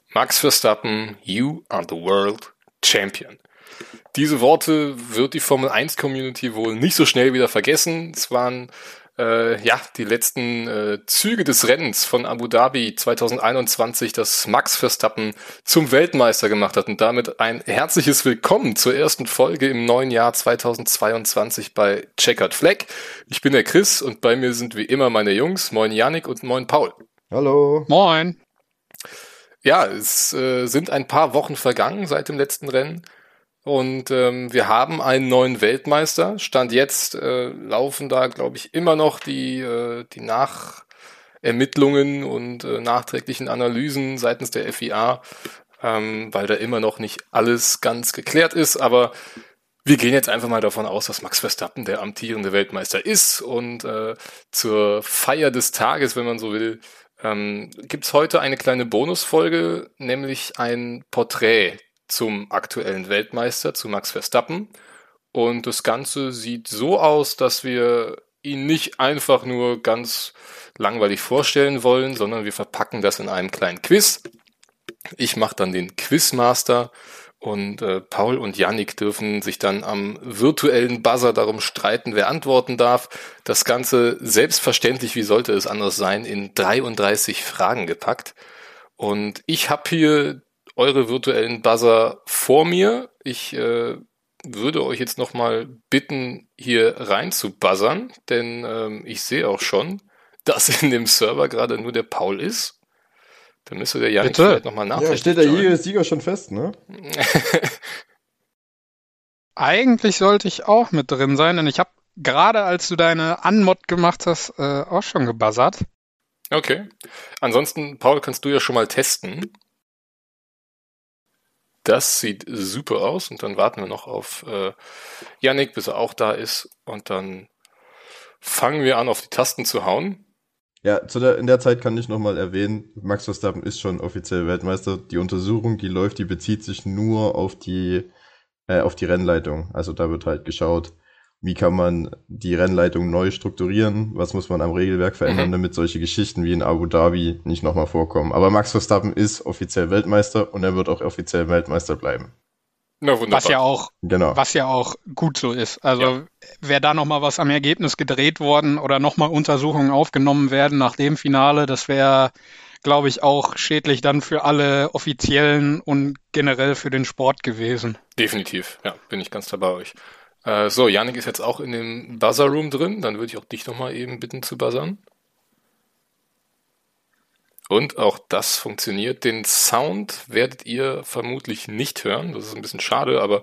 Max Verstappen, you are the world champion. Diese Worte wird die Formel 1 Community wohl nicht so schnell wieder vergessen. Es waren die letzten Züge des Rennens von Abu Dhabi 2021, das Max Verstappen zum Weltmeister gemacht hat. Und damit ein herzliches Willkommen zur ersten Folge im neuen Jahr 2022 bei Checkered Flag. Ich bin der Chris und bei mir sind wie immer meine Jungs. Moin Yannick und moin Paul. Hallo. Moin. Ja, es sind ein paar Wochen vergangen seit dem letzten Rennen. Und wir haben einen neuen Weltmeister. Stand jetzt laufen da, glaube ich, immer noch die Nachermittlungen und nachträglichen Analysen seitens der FIA, weil da immer noch nicht alles ganz geklärt ist. Aber wir gehen jetzt einfach mal davon aus, dass Max Verstappen der amtierende Weltmeister ist. Und zur Feier des Tages, wenn man so will, gibt's heute eine kleine Bonusfolge, nämlich ein Porträt zum aktuellen Weltmeister, zu Max Verstappen. Und das Ganze sieht so aus, dass wir ihn nicht einfach nur ganz langweilig vorstellen wollen, sondern wir verpacken das in einem kleinen Quiz. Ich mache dann den Quizmaster und Paul und Yannick dürfen sich dann am virtuellen Buzzer darum streiten, wer antworten darf. Das Ganze selbstverständlich, wie sollte es anders sein, in 33 Fragen gepackt. Und ich habe hier eure virtuellen Buzzer vor mir. Ich würde euch jetzt nochmal bitten, hier rein zu buzzern, denn ich sehe auch schon, dass in dem Server gerade nur der Paul ist. Dann müsste der Yannick vielleicht nochmal nachdenken. Ja, steht der Sieger schon fest, ne? Eigentlich sollte ich auch mit drin sein, denn ich habe gerade, als du deine Unmod gemacht hast, auch schon gebuzzert. Okay. Ansonsten, Paul, kannst du ja schon mal testen. Das sieht super aus und dann warten wir noch auf Yannick, bis er auch da ist und dann fangen wir an, auf die Tasten zu hauen. Ja, in der Zeit kann ich nochmal erwähnen, Max Verstappen ist schon offiziell Weltmeister. Die Untersuchung, die läuft, die bezieht sich nur auf die Rennleitung. Also da wird halt geschaut, wie kann man die Rennleitung neu strukturieren, was muss man am Regelwerk verändern, damit solche Geschichten wie in Abu Dhabi nicht nochmal vorkommen. Aber Max Verstappen ist offiziell Weltmeister und er wird auch offiziell Weltmeister bleiben. Na, wunderbar. Was ja auch gut so ist. Also wäre da nochmal was am Ergebnis gedreht worden oder nochmal Untersuchungen aufgenommen werden nach dem Finale, das wäre, glaube ich, auch schädlich dann für alle Offiziellen und generell für den Sport gewesen. Definitiv, ja, bin ich ganz da bei euch. So, Yannick ist jetzt auch in dem Buzzer-Room drin, dann würde ich auch dich nochmal eben bitten zu buzzern. Und auch das funktioniert. Den Sound werdet ihr vermutlich nicht hören, das ist ein bisschen schade, aber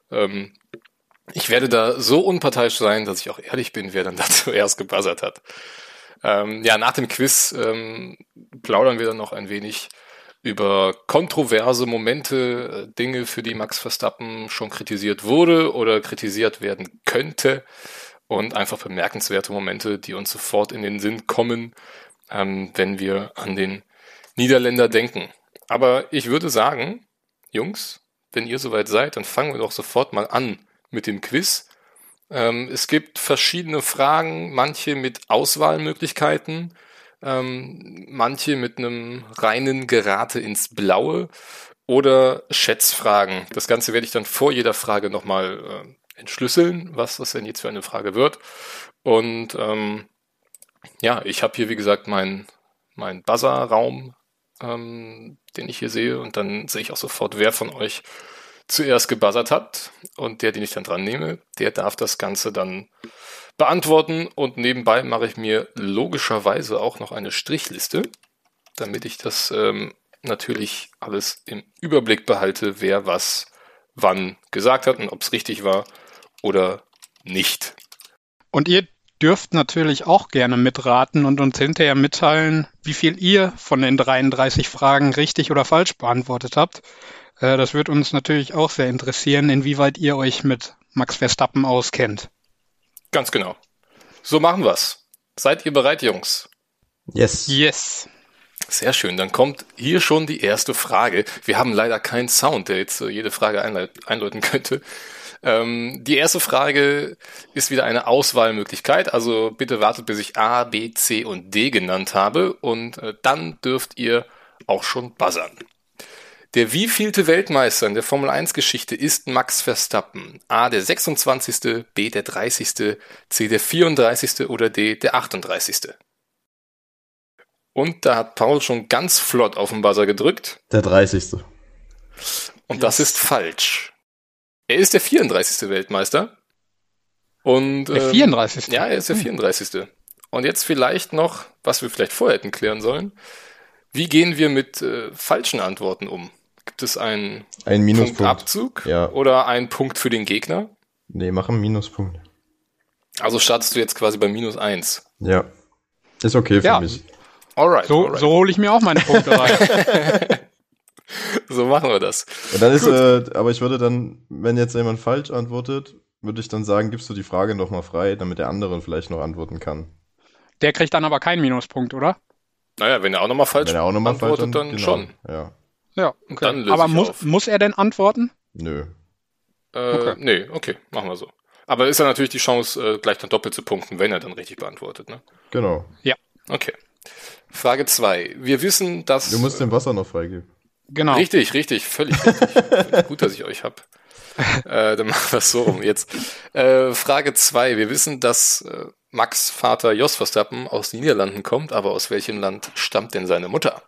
ich werde da so unparteiisch sein, dass ich auch ehrlich bin, wer dann da zuerst gebuzzert hat. Nach dem Quiz plaudern wir dann noch ein wenig über kontroverse Momente, Dinge, für die Max Verstappen schon kritisiert wurde oder kritisiert werden könnte und einfach bemerkenswerte Momente, die uns sofort in den Sinn kommen, wenn wir an den Niederländer denken. Aber ich würde sagen, Jungs, wenn ihr soweit seid, dann fangen wir doch sofort mal an mit dem Quiz. Es gibt verschiedene Fragen, manche mit Auswahlmöglichkeiten, manche mit einem reinen Gerate ins Blaue oder Schätzfragen. Das Ganze werde ich dann vor jeder Frage nochmal entschlüsseln, was das denn jetzt für eine Frage wird. Und ich habe hier, wie gesagt, mein Buzzer-Raum, den ich hier sehe. Und dann sehe ich auch sofort, wer von euch zuerst gebuzzert hat. Und der, den ich dann dran nehme, der darf das Ganze dann beantworten. Und nebenbei mache ich mir logischerweise auch noch eine Strichliste, damit ich das natürlich alles im Überblick behalte, wer was wann gesagt hat und ob es richtig war oder nicht. Und ihr dürft natürlich auch gerne mitraten und uns hinterher mitteilen, wie viel ihr von den 33 Fragen richtig oder falsch beantwortet habt. Das wird uns natürlich auch sehr interessieren, inwieweit ihr euch mit Max Verstappen auskennt. Ganz genau. So machen wir's. Seid ihr bereit, Jungs? Yes. Sehr schön. Dann kommt hier schon die erste Frage. Wir haben leider keinen Sound, der jetzt jede Frage einläuten könnte. Die erste Frage ist wieder eine Auswahlmöglichkeit. Also bitte wartet, bis ich A, B, C und D genannt habe. Und dann dürft ihr auch schon buzzern. Der wievielte Weltmeister in der Formel-1-Geschichte ist Max Verstappen? A, der 26., B, der 30., C, der 34. oder D, der 38.? Und da hat Paul schon ganz flott auf den Buzzer gedrückt. Der 30. Und das ist falsch. Er ist der 34. Weltmeister. Und, Der 34. Ja, er ist der 34. Und jetzt vielleicht noch, was wir vielleicht vorher hätten klären sollen. Wie gehen wir mit falschen Antworten um? Gibt es einen Minuspunkt. Punktabzug Ja. oder einen Punkt für den Gegner? Nee, mach einen Minuspunkt. Also startest du jetzt quasi bei -1. Ja. Ist okay für Ja. mich. Alright, So hole ich mir auch meine Punkte rein. So machen wir das. Und dann ist, aber ich würde dann, wenn jetzt jemand falsch antwortet, würde ich dann sagen, gibst du die Frage nochmal frei, damit der andere vielleicht noch antworten kann. Der kriegt dann aber keinen Minuspunkt, oder? Naja, wenn er auch nochmal falsch Wenn er auch nochmal falsch antwortet, dann genau. schon. Ja. Ja, Und dann okay. löse Aber ich auf. muss er denn antworten? Nö. Okay. Nee, okay, machen wir so. Aber ist ja natürlich die Chance, gleich dann doppelt zu punkten, wenn er dann richtig beantwortet, ne? Genau. Okay. Frage 2. Wir wissen, dass... Du musst den Wasser noch freigeben. Genau. Richtig, völlig richtig. Gut, dass ich euch hab. Dann machen wir es so rum jetzt. Frage 2. Wir wissen, dass Max' Vater Jos Verstappen aus den Niederlanden kommt, aber aus welchem Land stammt denn seine Mutter?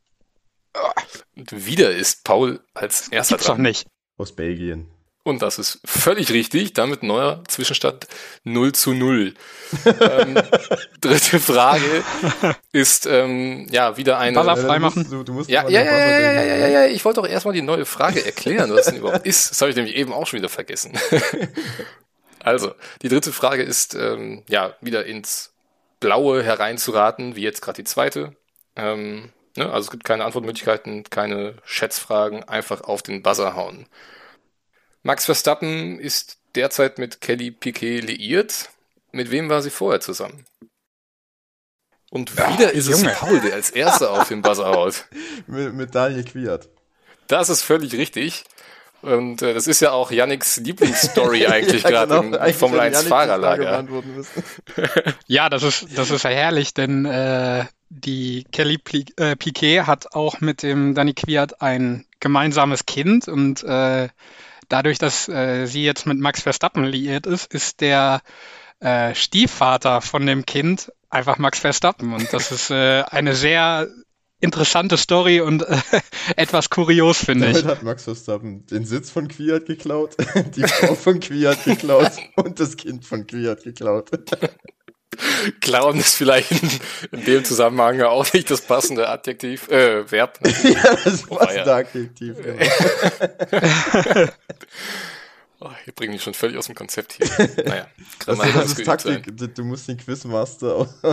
Und wieder ist Paul als erster Gibt's doch dran. nicht. Aus Belgien. Und das ist völlig richtig. Damit neuer Zwischenstand 0:0. Dritte Frage ist wieder eine... Buzzer freimachen. Du musst Ja, mal den Wasser denken. ja. Ich wollte doch erstmal die neue Frage erklären, was denn überhaupt ist. Das habe ich nämlich eben auch schon wieder vergessen. Also, die dritte Frage ist, wieder ins Blaue hereinzuraten, wie jetzt gerade die zweite. Also es gibt keine Antwortmöglichkeiten, keine Schätzfragen, einfach auf den Buzzer hauen. Max Verstappen ist derzeit mit Kelly Piquet liiert. Mit wem war sie vorher zusammen? Und wieder ist Junge. es Paul, der als erster auf den Buzzer haut. Mit Daniel Kwiat. Das ist völlig richtig. Und das ist ja auch Yannicks Lieblingsstory eigentlich gerade im Formel 1 Fahrerlager. Ja, das ist ja herrlich, denn die Kelly Piquet hat auch mit dem Danny Kwiat ein gemeinsames Kind und dadurch, dass sie jetzt mit Max Verstappen liiert ist der Stiefvater von dem Kind einfach Max Verstappen. Und das ist eine sehr interessante Story und etwas kurios, finde ich. Damit hat Max Verstappen den Sitz von Kwiat geklaut, die Frau von Kwiat geklaut und das Kind von Kwiat geklaut. Klauen ist vielleicht in dem Zusammenhang auch nicht das passende Adjektiv, Verb. Ja, das passende Adjektiv, genau. Oh, ihr bringt mich schon völlig aus dem Konzept hier. Naja, Das ist Taktik. Du musst den Quizmaster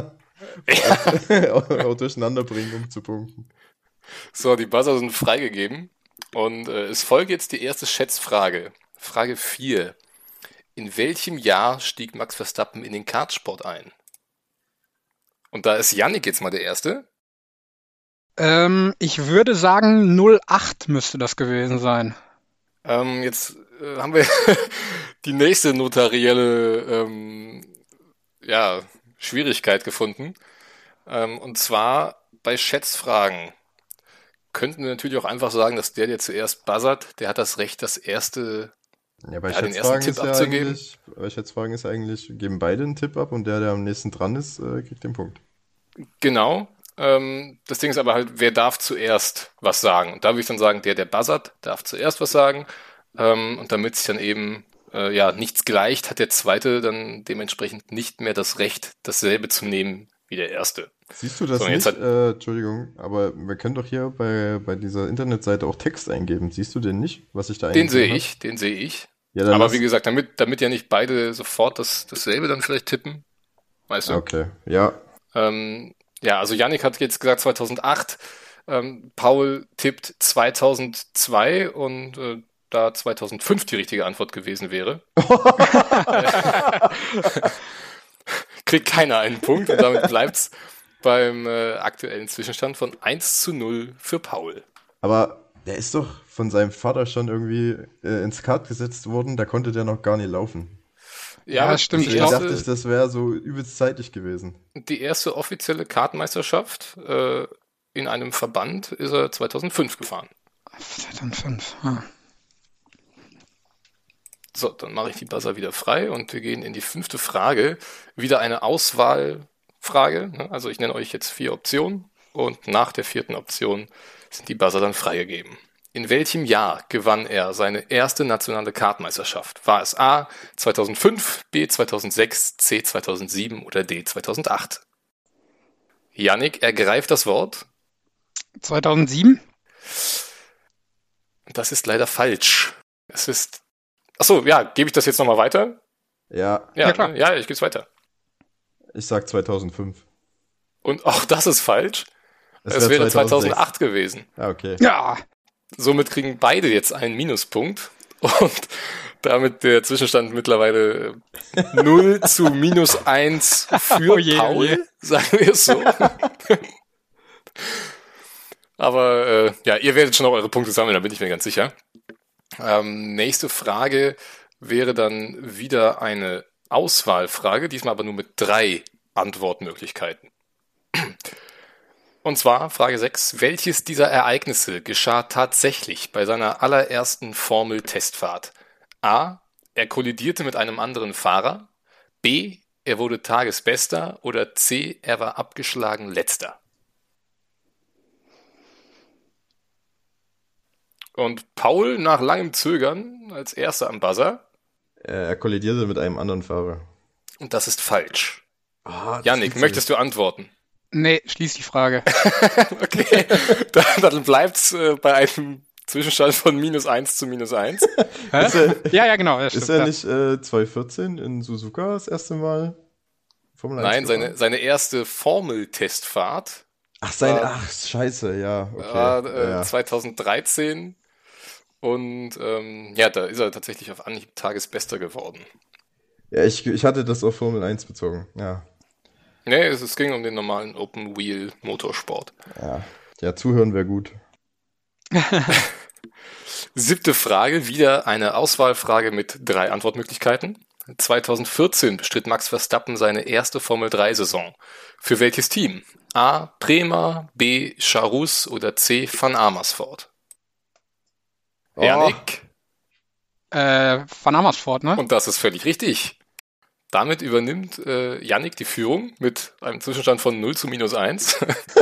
auch durcheinander bringen, um zu punkten. So, die Buzzer sind freigegeben und es folgt jetzt die erste Schätzfrage. Frage 4. In welchem Jahr stieg Max Verstappen in den Kartsport ein? Und da ist Yannick jetzt mal der Erste. Ich würde sagen 08 müsste das gewesen sein. Jetzt haben wir die nächste notarielle Schwierigkeit gefunden. Und zwar bei Schätzfragen könnten wir natürlich auch einfach sagen, dass der zuerst buzzert, der hat das Recht, das erste, Ja, bei den ersten Tipp abzugeben. Bei Schätzfragen ist eigentlich, geben beide einen Tipp ab und der am nächsten dran ist, kriegt den Punkt. Genau. Das Ding ist aber halt, wer darf zuerst was sagen? Und da würde ich dann sagen, der buzzert, darf zuerst was sagen. Und damit sich dann eben nichts gleicht, hat der Zweite dann dementsprechend nicht mehr das Recht, dasselbe zu nehmen wie der Erste. Siehst du das So, nicht? jetzt Entschuldigung, aber wir können doch hier bei dieser Internetseite auch Text eingeben. Siehst du den nicht, was ich da eingegeben habe? Den sehe ich. Ja, dann Aber lass- wie gesagt, damit ja nicht beide sofort dasselbe dann vielleicht tippen. Weißt du? Okay, ja. Also Yannick hat jetzt gesagt 2008. Paul tippt 2002 und da 2005 die richtige Antwort gewesen wäre, kriegt keiner einen Punkt und damit bleibt's beim aktuellen Zwischenstand von 1:0 für Paul. Aber der ist doch von seinem Vater schon irgendwie ins Kart gesetzt worden, da konnte der noch gar nicht laufen. Ja, aber stimmt. Die Deswegen dachte ich, erste, das wäre so übelst zeitig gewesen. die erste offizielle Kartmeisterschaft in einem Verband ist er 2005 gefahren. 2005. Ah. So, dann mache ich die Buzzer wieder frei und wir gehen in die 5. Frage. Wieder eine Auswahlfrage. Ne? Also ich nenne euch jetzt 4 Optionen und nach der 4. Option sind die Buzzer dann freigegeben. In welchem Jahr gewann er seine erste nationale Kartmeisterschaft? War es A 2005, B 2006, C 2007 oder D 2008? Yannick ergreift das Wort. 2007? Das ist leider falsch. Es ist... Achso, ja, gebe ich das jetzt nochmal weiter? Ja, Ja, klar. Ja, ich gebe es weiter. ich sag 2005. Und auch das ist falsch. Es wäre 2008 gewesen. Ah, okay. Ja. Somit kriegen beide jetzt einen Minuspunkt und damit der Zwischenstand mittlerweile 0 zu -1 für Oh je, Paul, oh je. sagen wir es so. Aber ja, ihr werdet schon noch eure Punkte sammeln, da bin ich mir ganz sicher. Nächste Frage wäre dann wieder eine Auswahlfrage, diesmal aber nur mit 3 Antwortmöglichkeiten. Und zwar Frage 6. Welches dieser Ereignisse geschah tatsächlich bei seiner allerersten Formel-Testfahrt? A. Er kollidierte mit einem anderen Fahrer. B. Er wurde Tagesbester. Oder C. Er war abgeschlagen Letzter. Und Paul nach langem Zögern als Erster am Buzzer. Er kollidierte mit einem anderen Fahrer. Und das ist falsch. Ah, Yannick, möchtest du antworten? Nee, schließ die Frage. Okay, dann bleibt's bei einem Zwischenstand von -1 zu -1. Hä? Ja, genau. Das Ist stimmt, er ja. nicht 2014 in Suzuka das erste Mal Formel 1 Nein, gefahren? seine erste Formel-Testfahrt Ach, war ach, scheiße, ja, okay. Ja. 2013 und ja, da ist er tatsächlich auf Anhieb Tagesbester geworden. Ja, ich hatte das auf Formel 1 bezogen, ja. Nee, es ging um den normalen Open-Wheel-Motorsport. Ja, zuhören wäre gut. 7. Frage, wieder eine Auswahlfrage mit 3 Antwortmöglichkeiten. 2014 bestritt Max Verstappen seine erste Formel-3-Saison. Für welches Team? A. Prema, B. Charus oder C. Van Amersfoort? Oh. Yannick? Van Amersfoort, ne? Und das ist völlig richtig. Damit übernimmt Yannick die Führung mit einem Zwischenstand von 0 zu -1.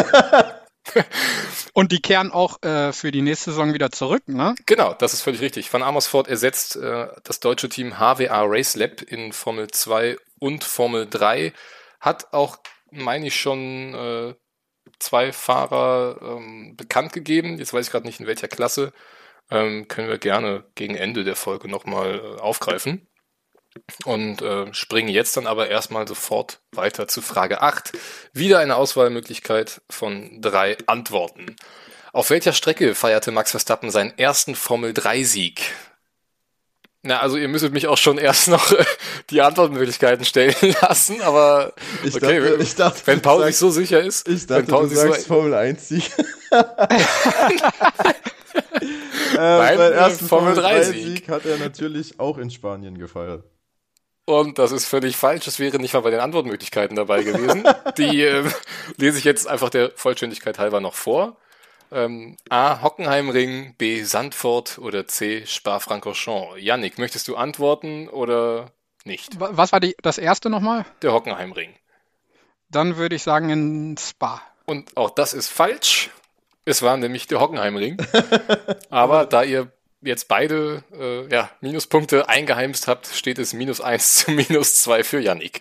Und die kehren auch für die nächste Saison wieder zurück, ne? Genau, das ist völlig richtig. Van Amersfoort ersetzt das deutsche Team HWA Race Lab in Formel 2 und Formel 3. Hat auch, meine ich, schon 2 Fahrer bekannt gegeben. Jetzt weiß ich gerade nicht, in welcher Klasse. Können wir gerne gegen Ende der Folge nochmal aufgreifen. Und springen jetzt dann aber erstmal sofort weiter zu Frage 8. Wieder eine Auswahlmöglichkeit von 3 Antworten. Auf welcher Strecke feierte Max Verstappen seinen ersten Formel-3-Sieg? Na, also ihr müsstet mich auch schon erst noch die Antwortmöglichkeiten stellen lassen, aber Ich okay, dachte, wenn du Paul sagst- sich so sicher ist, Ich wenn dachte, Paul du sich so, sagst Formel 1-Sieg. Beim, Seinen ersten Formel Formel 3-Sieg 3-Sieg hat er natürlich auch in Spanien gefeiert. und das ist völlig falsch, das wäre nicht mal bei den Antwortmöglichkeiten dabei gewesen. Die lese ich jetzt einfach der Vollständigkeit halber noch vor. A. Hockenheimring, B. Sandford oder C. Spa-Francorchamps. Yannick, möchtest du antworten oder nicht? Was war das erste nochmal? Der Hockenheimring. Dann würde ich sagen in Spa. Und auch das ist falsch. Es war nämlich der Hockenheimring. Aber da ihr jetzt beide Minuspunkte eingeheimst habt, steht es -1 zu -2 für Yannick.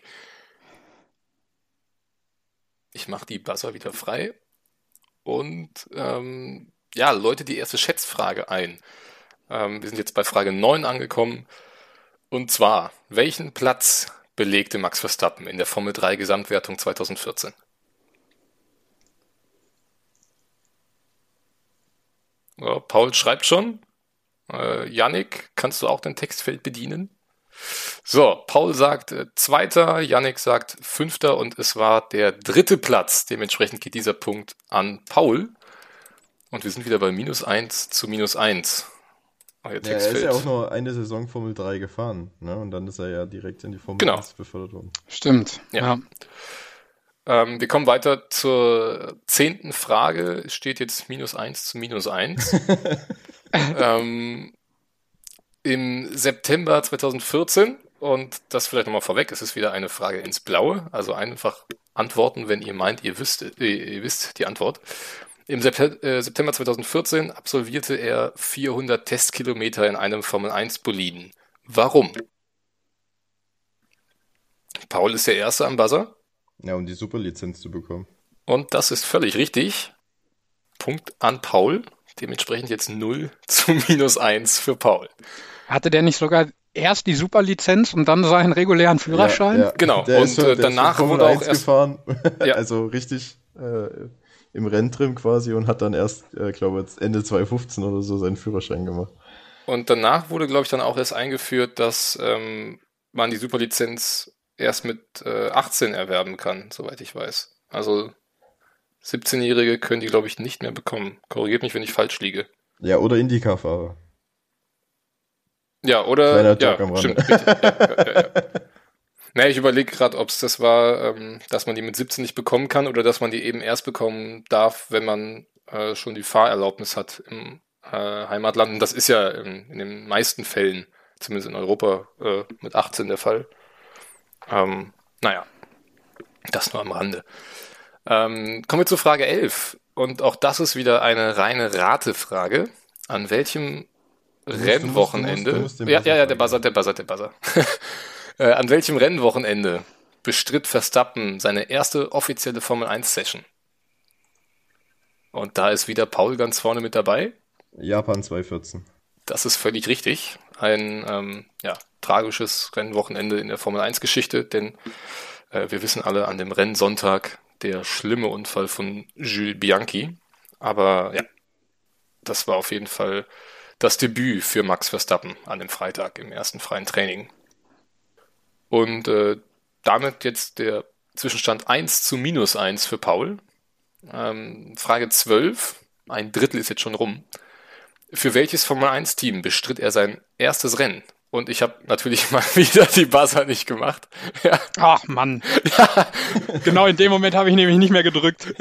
Ich mache die Buzzer wieder frei und läute die erste Schätzfrage ein. Wir sind jetzt bei Frage 9 angekommen. Und zwar, welchen Platz belegte Max Verstappen in der Formel 3 Gesamtwertung 2014? Ja, Paul schreibt schon. Yannick, kannst du auch dein Textfeld bedienen? So, Paul sagt Zweiter, Yannick sagt Fünfter und es war der 3. Platz. Dementsprechend geht dieser Punkt an Paul. Und wir sind wieder bei -1 zu -1. Euer Ja, er Textfeld. ist ja auch nur eine Saison Formel 3 gefahren, ne? Und dann ist er ja direkt in die Formel Genau. 1 befördert worden. Stimmt. Ja. Ja. Wir kommen weiter zur 10. Frage. Es steht jetzt -1 zu -1. Im September 2014, und das vielleicht nochmal vorweg, es ist wieder eine Frage ins Blaue, also einfach antworten, wenn ihr meint, ihr wisst die Antwort. Im September 2014 absolvierte er 400 Testkilometer in einem Formel-1-Boliden. Warum? Paul ist der Erste am Buzzer. Ja, um die Superlizenz zu bekommen. Und das ist völlig richtig. Punkt an Paul. Dementsprechend jetzt 0 zu -1 für Paul. Hatte der nicht sogar erst die Superlizenz und dann seinen regulären Führerschein? Ja, Genau. Der Und danach Formel wurde auch 1 erst gefahren, Ja. also richtig im Renntrim quasi und hat dann erst, glaube jetzt Ende 2015 oder so seinen Führerschein gemacht. Und danach wurde, glaube ich, dann auch erst eingeführt, dass man die Superlizenz erst mit 18 erwerben kann, soweit ich weiß. Also 17-Jährige können die, glaube ich, nicht mehr bekommen. Korrigiert mich, wenn ich falsch liege. Ja, oder Indycar-Fahrer. Ja, oder... Kleiner Ja, Joke am Rande. stimmt. Richtig. Ja. Nee, ich überlege gerade, ob es das war, dass man die mit 17 nicht bekommen kann oder dass man die eben erst bekommen darf, wenn man schon die Fahrerlaubnis hat im Heimatland. Und das ist ja in den meisten Fällen, zumindest in Europa, mit 18 der Fall. Naja, das nur am Rande. Kommen wir zur Frage 11. Und auch das ist wieder eine reine Ratefrage. An welchem Rennwochenende... du musst den Ja, Buzzer der Buzzer. An welchem Rennwochenende bestritt Verstappen seine erste offizielle Formel-1-Session? Und da ist wieder Paul ganz vorne mit dabei. Japan 2014. Das ist völlig richtig. Ein tragisches Rennwochenende in der Formel-1-Geschichte, denn wir wissen alle an dem Rennsonntag der schlimme Unfall von Jules Bianchi. Aber ja, das war auf jeden Fall das Debüt für Max Verstappen an dem Freitag im ersten freien Training. Und damit jetzt der Zwischenstand 1 zu -1 für Paul. Frage 12, ein Drittel ist jetzt schon rum. Für welches Formel-1-Team bestritt er sein erstes Rennen? Und ich habe natürlich mal wieder die Buzzer nicht gemacht. Ja. Ach Mann. Genau in dem Moment habe ich nämlich nicht mehr gedrückt.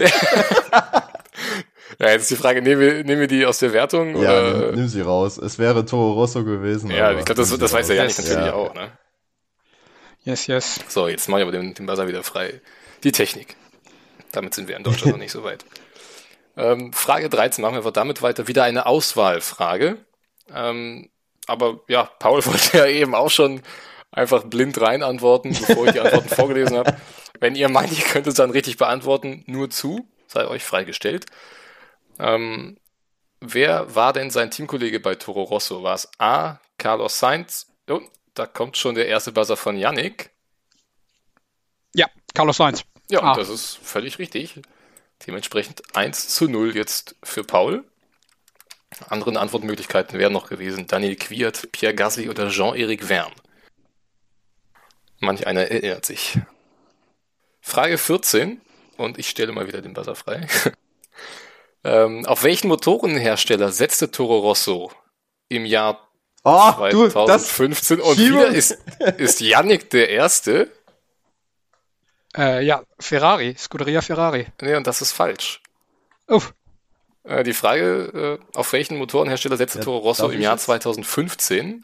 Ja, jetzt ist die Frage, nehmen wir die aus der Wertung? Ja, oder? nimm sie raus. Es wäre Toro Rosso gewesen. Ja, aber ich glaube, das nimm sie weiß der raus. Janik natürlich Ja. auch. Ne? Yes. So, jetzt mache ich aber den Buzzer wieder frei. Die Technik. Damit sind wir in Deutschland noch nicht so weit. Frage 13, machen wir einfach damit weiter. Wieder eine Auswahlfrage. Aber ja, Paul wollte ja eben auch schon einfach blind rein antworten, bevor ich die Antworten vorgelesen habe. Wenn ihr meint, ihr könnt es dann richtig beantworten, nur zu, sei euch freigestellt. Wer war denn sein Teamkollege bei Toro Rosso? War es A, Carlos Sainz? Oh, da kommt schon der erste Buzzer von Yannick. Ja, Carlos Sainz. Ja, und das ist völlig richtig. Dementsprechend 1 zu 0 jetzt für Paul. Andere Antwortmöglichkeiten wären noch gewesen Daniel Kvyat, Pierre Gasly oder Jean-Éric Vergne. Manch einer erinnert sich. Frage 14, und ich stelle mal wieder den Buzzer frei. Auf welchen Motorenhersteller setzte Toro Rosso im Jahr 2015? Und wieder ist Yannick der Erste. Ja, Ferrari, Scuderia Ferrari. Nee, und das ist falsch. Oh. Die Frage, auf welchen Motorenhersteller setzte Toro Rosso im Jahr 2015?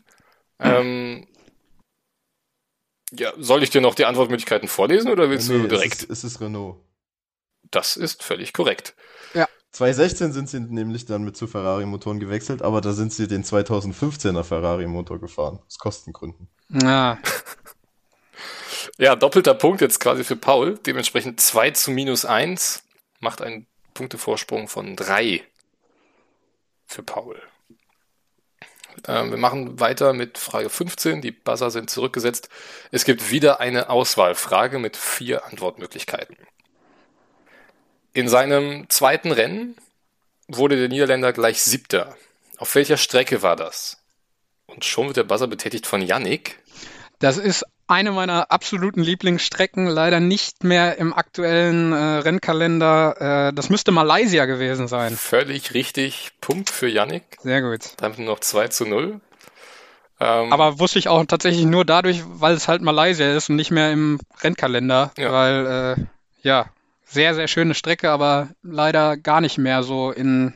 Ja, soll ich dir noch die Antwortmöglichkeiten vorlesen oder willst du direkt? Es ist Renault. Das ist völlig korrekt. Ja. 2016 sind sie nämlich dann mit zu Ferrari-Motoren gewechselt, aber da sind sie den 2015er Ferrari-Motor gefahren, aus Kostengründen. Ja. Ja, doppelter Punkt jetzt quasi für Paul. Dementsprechend 2 zu -1 macht einen Punktevorsprung von 3 für Paul. Wir machen weiter mit Frage 15. Die Buzzer sind zurückgesetzt. Es gibt wieder eine Auswahlfrage mit 4 Antwortmöglichkeiten. In seinem zweiten Rennen wurde der Niederländer gleich 7. Auf welcher Strecke war das? Und schon wird der Buzzer betätigt von Yannick. Das ist eine meiner absoluten Lieblingsstrecken, leider nicht mehr im aktuellen Rennkalender. Das müsste Malaysia gewesen sein. Völlig richtig. Punkt für Yannick. Sehr gut. Damit noch 2 zu 0. Aber wusste ich auch tatsächlich nur dadurch, weil es halt Malaysia ist und nicht mehr im Rennkalender. Ja. Weil, ja, sehr, sehr schöne Strecke, aber leider gar nicht mehr so in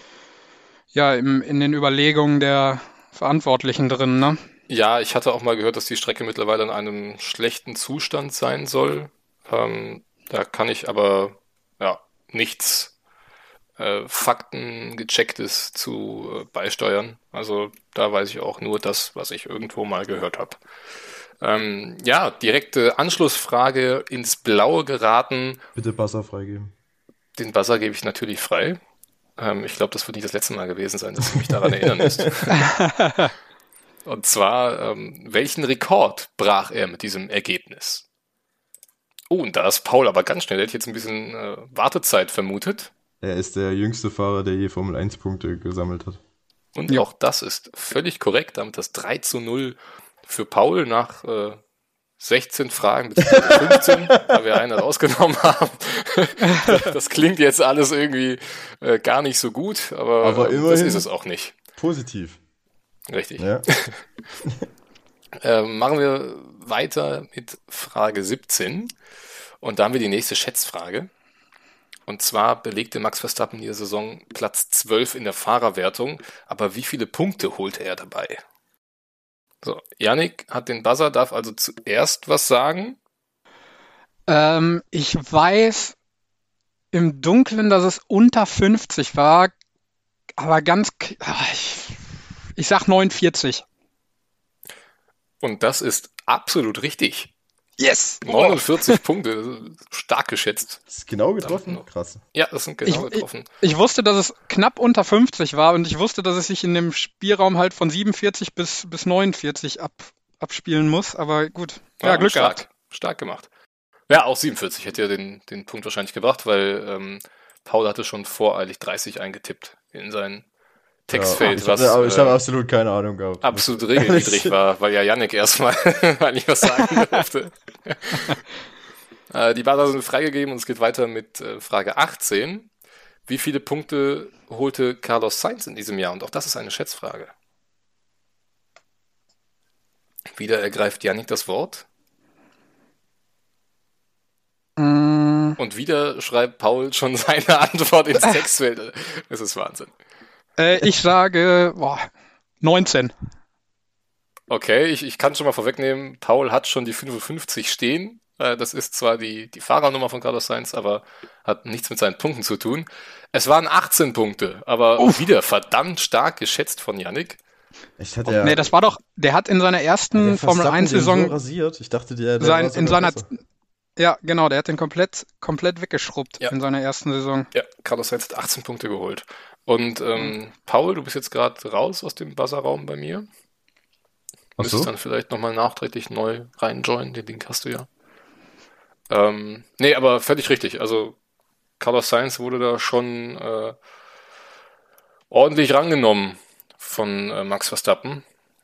den Überlegungen der Verantwortlichen drin, ne? Ja, ich hatte auch mal gehört, dass die Strecke mittlerweile in einem schlechten Zustand sein soll. Da kann ich aber ja nichts Faktengechecktes zu beisteuern. Also da weiß ich auch nur das, was ich irgendwo mal gehört habe. Ja, direkte Anschlussfrage ins Blaue geraten. Bitte Buzzer freigeben. Den Buzzer gebe ich natürlich frei. Ich glaube, das wird nicht das letzte Mal gewesen sein, dass du mich daran erinnern müsst. Und zwar, welchen Rekord brach er mit diesem Ergebnis? Oh, und da ist Paul aber ganz schnell. Der hätte jetzt ein bisschen Wartezeit vermutet. Er ist der jüngste Fahrer, der je Formel 1 Punkte gesammelt hat. Und auch das ist völlig korrekt. Damit das 3:0 für Paul nach 16 Fragen, beziehungsweise 15, da wir einen rausgenommen haben. Das klingt jetzt alles irgendwie gar nicht so gut, aber immerhin das ist es auch nicht. Positiv. Richtig. Ja. Machen wir weiter mit Frage 17. Und da haben wir die nächste Schätzfrage. Und zwar belegte Max Verstappen in dieser Saison Platz 12 in der Fahrerwertung. Aber wie viele Punkte holte er dabei? So, Yannick hat den Buzzer, darf also zuerst was sagen. Ich weiß im Dunkeln, dass es unter 50 war, aber ich sag 49. Und das ist absolut richtig. Yes! 49 Punkte, stark geschätzt. Das ist genau getroffen? Krass. Ja, das sind genau getroffen. Ich wusste, dass es knapp unter 50 war und ich wusste, dass es sich in dem Spielraum halt von 47 bis 49 abspielen muss, aber gut. Ja, Glück gehabt. Stark gemacht. Ja, auch 47 hätte ja den Punkt wahrscheinlich gebracht, weil Paul hatte schon voreilig 30 eingetippt in sein Textfeld, ich habe absolut keine Ahnung gehabt. Absolut regelwidrig war, weil ja Yannick erstmal nicht was sagen durfte. Die Buzzer sind freigegeben und es geht weiter mit Frage 18. Wie viele Punkte holte Carlos Sainz in diesem Jahr? Und auch das ist eine Schätzfrage. Wieder ergreift Yannick das Wort. Und wieder schreibt Paul schon seine Antwort ins Textfeld. Das ist Wahnsinn. Ich sage 19. Okay, ich kann schon mal vorwegnehmen, Paul hat schon die 55 stehen. Das ist zwar die Fahrernummer von Carlos Sainz, aber hat nichts mit seinen Punkten zu tun. Es waren 18 Punkte, aber wieder verdammt stark geschätzt von Yannick. Nee, das war doch, der hat in seiner ersten Formel 1-Saison so rasiert. Ich dachte, der ja, genau, der hat den komplett weggeschrubbt in seiner ersten Saison. Ja, Carlos Sainz hat 18 Punkte geholt. Und Paul, du bist jetzt gerade raus aus dem Buzzerraum bei mir. Müsstest dann vielleicht nochmal nachträglich neu reinjoinen, den Link hast du ja. Nee, aber völlig richtig. Also Carlos Sainz wurde da schon ordentlich rangenommen von Max Verstappen.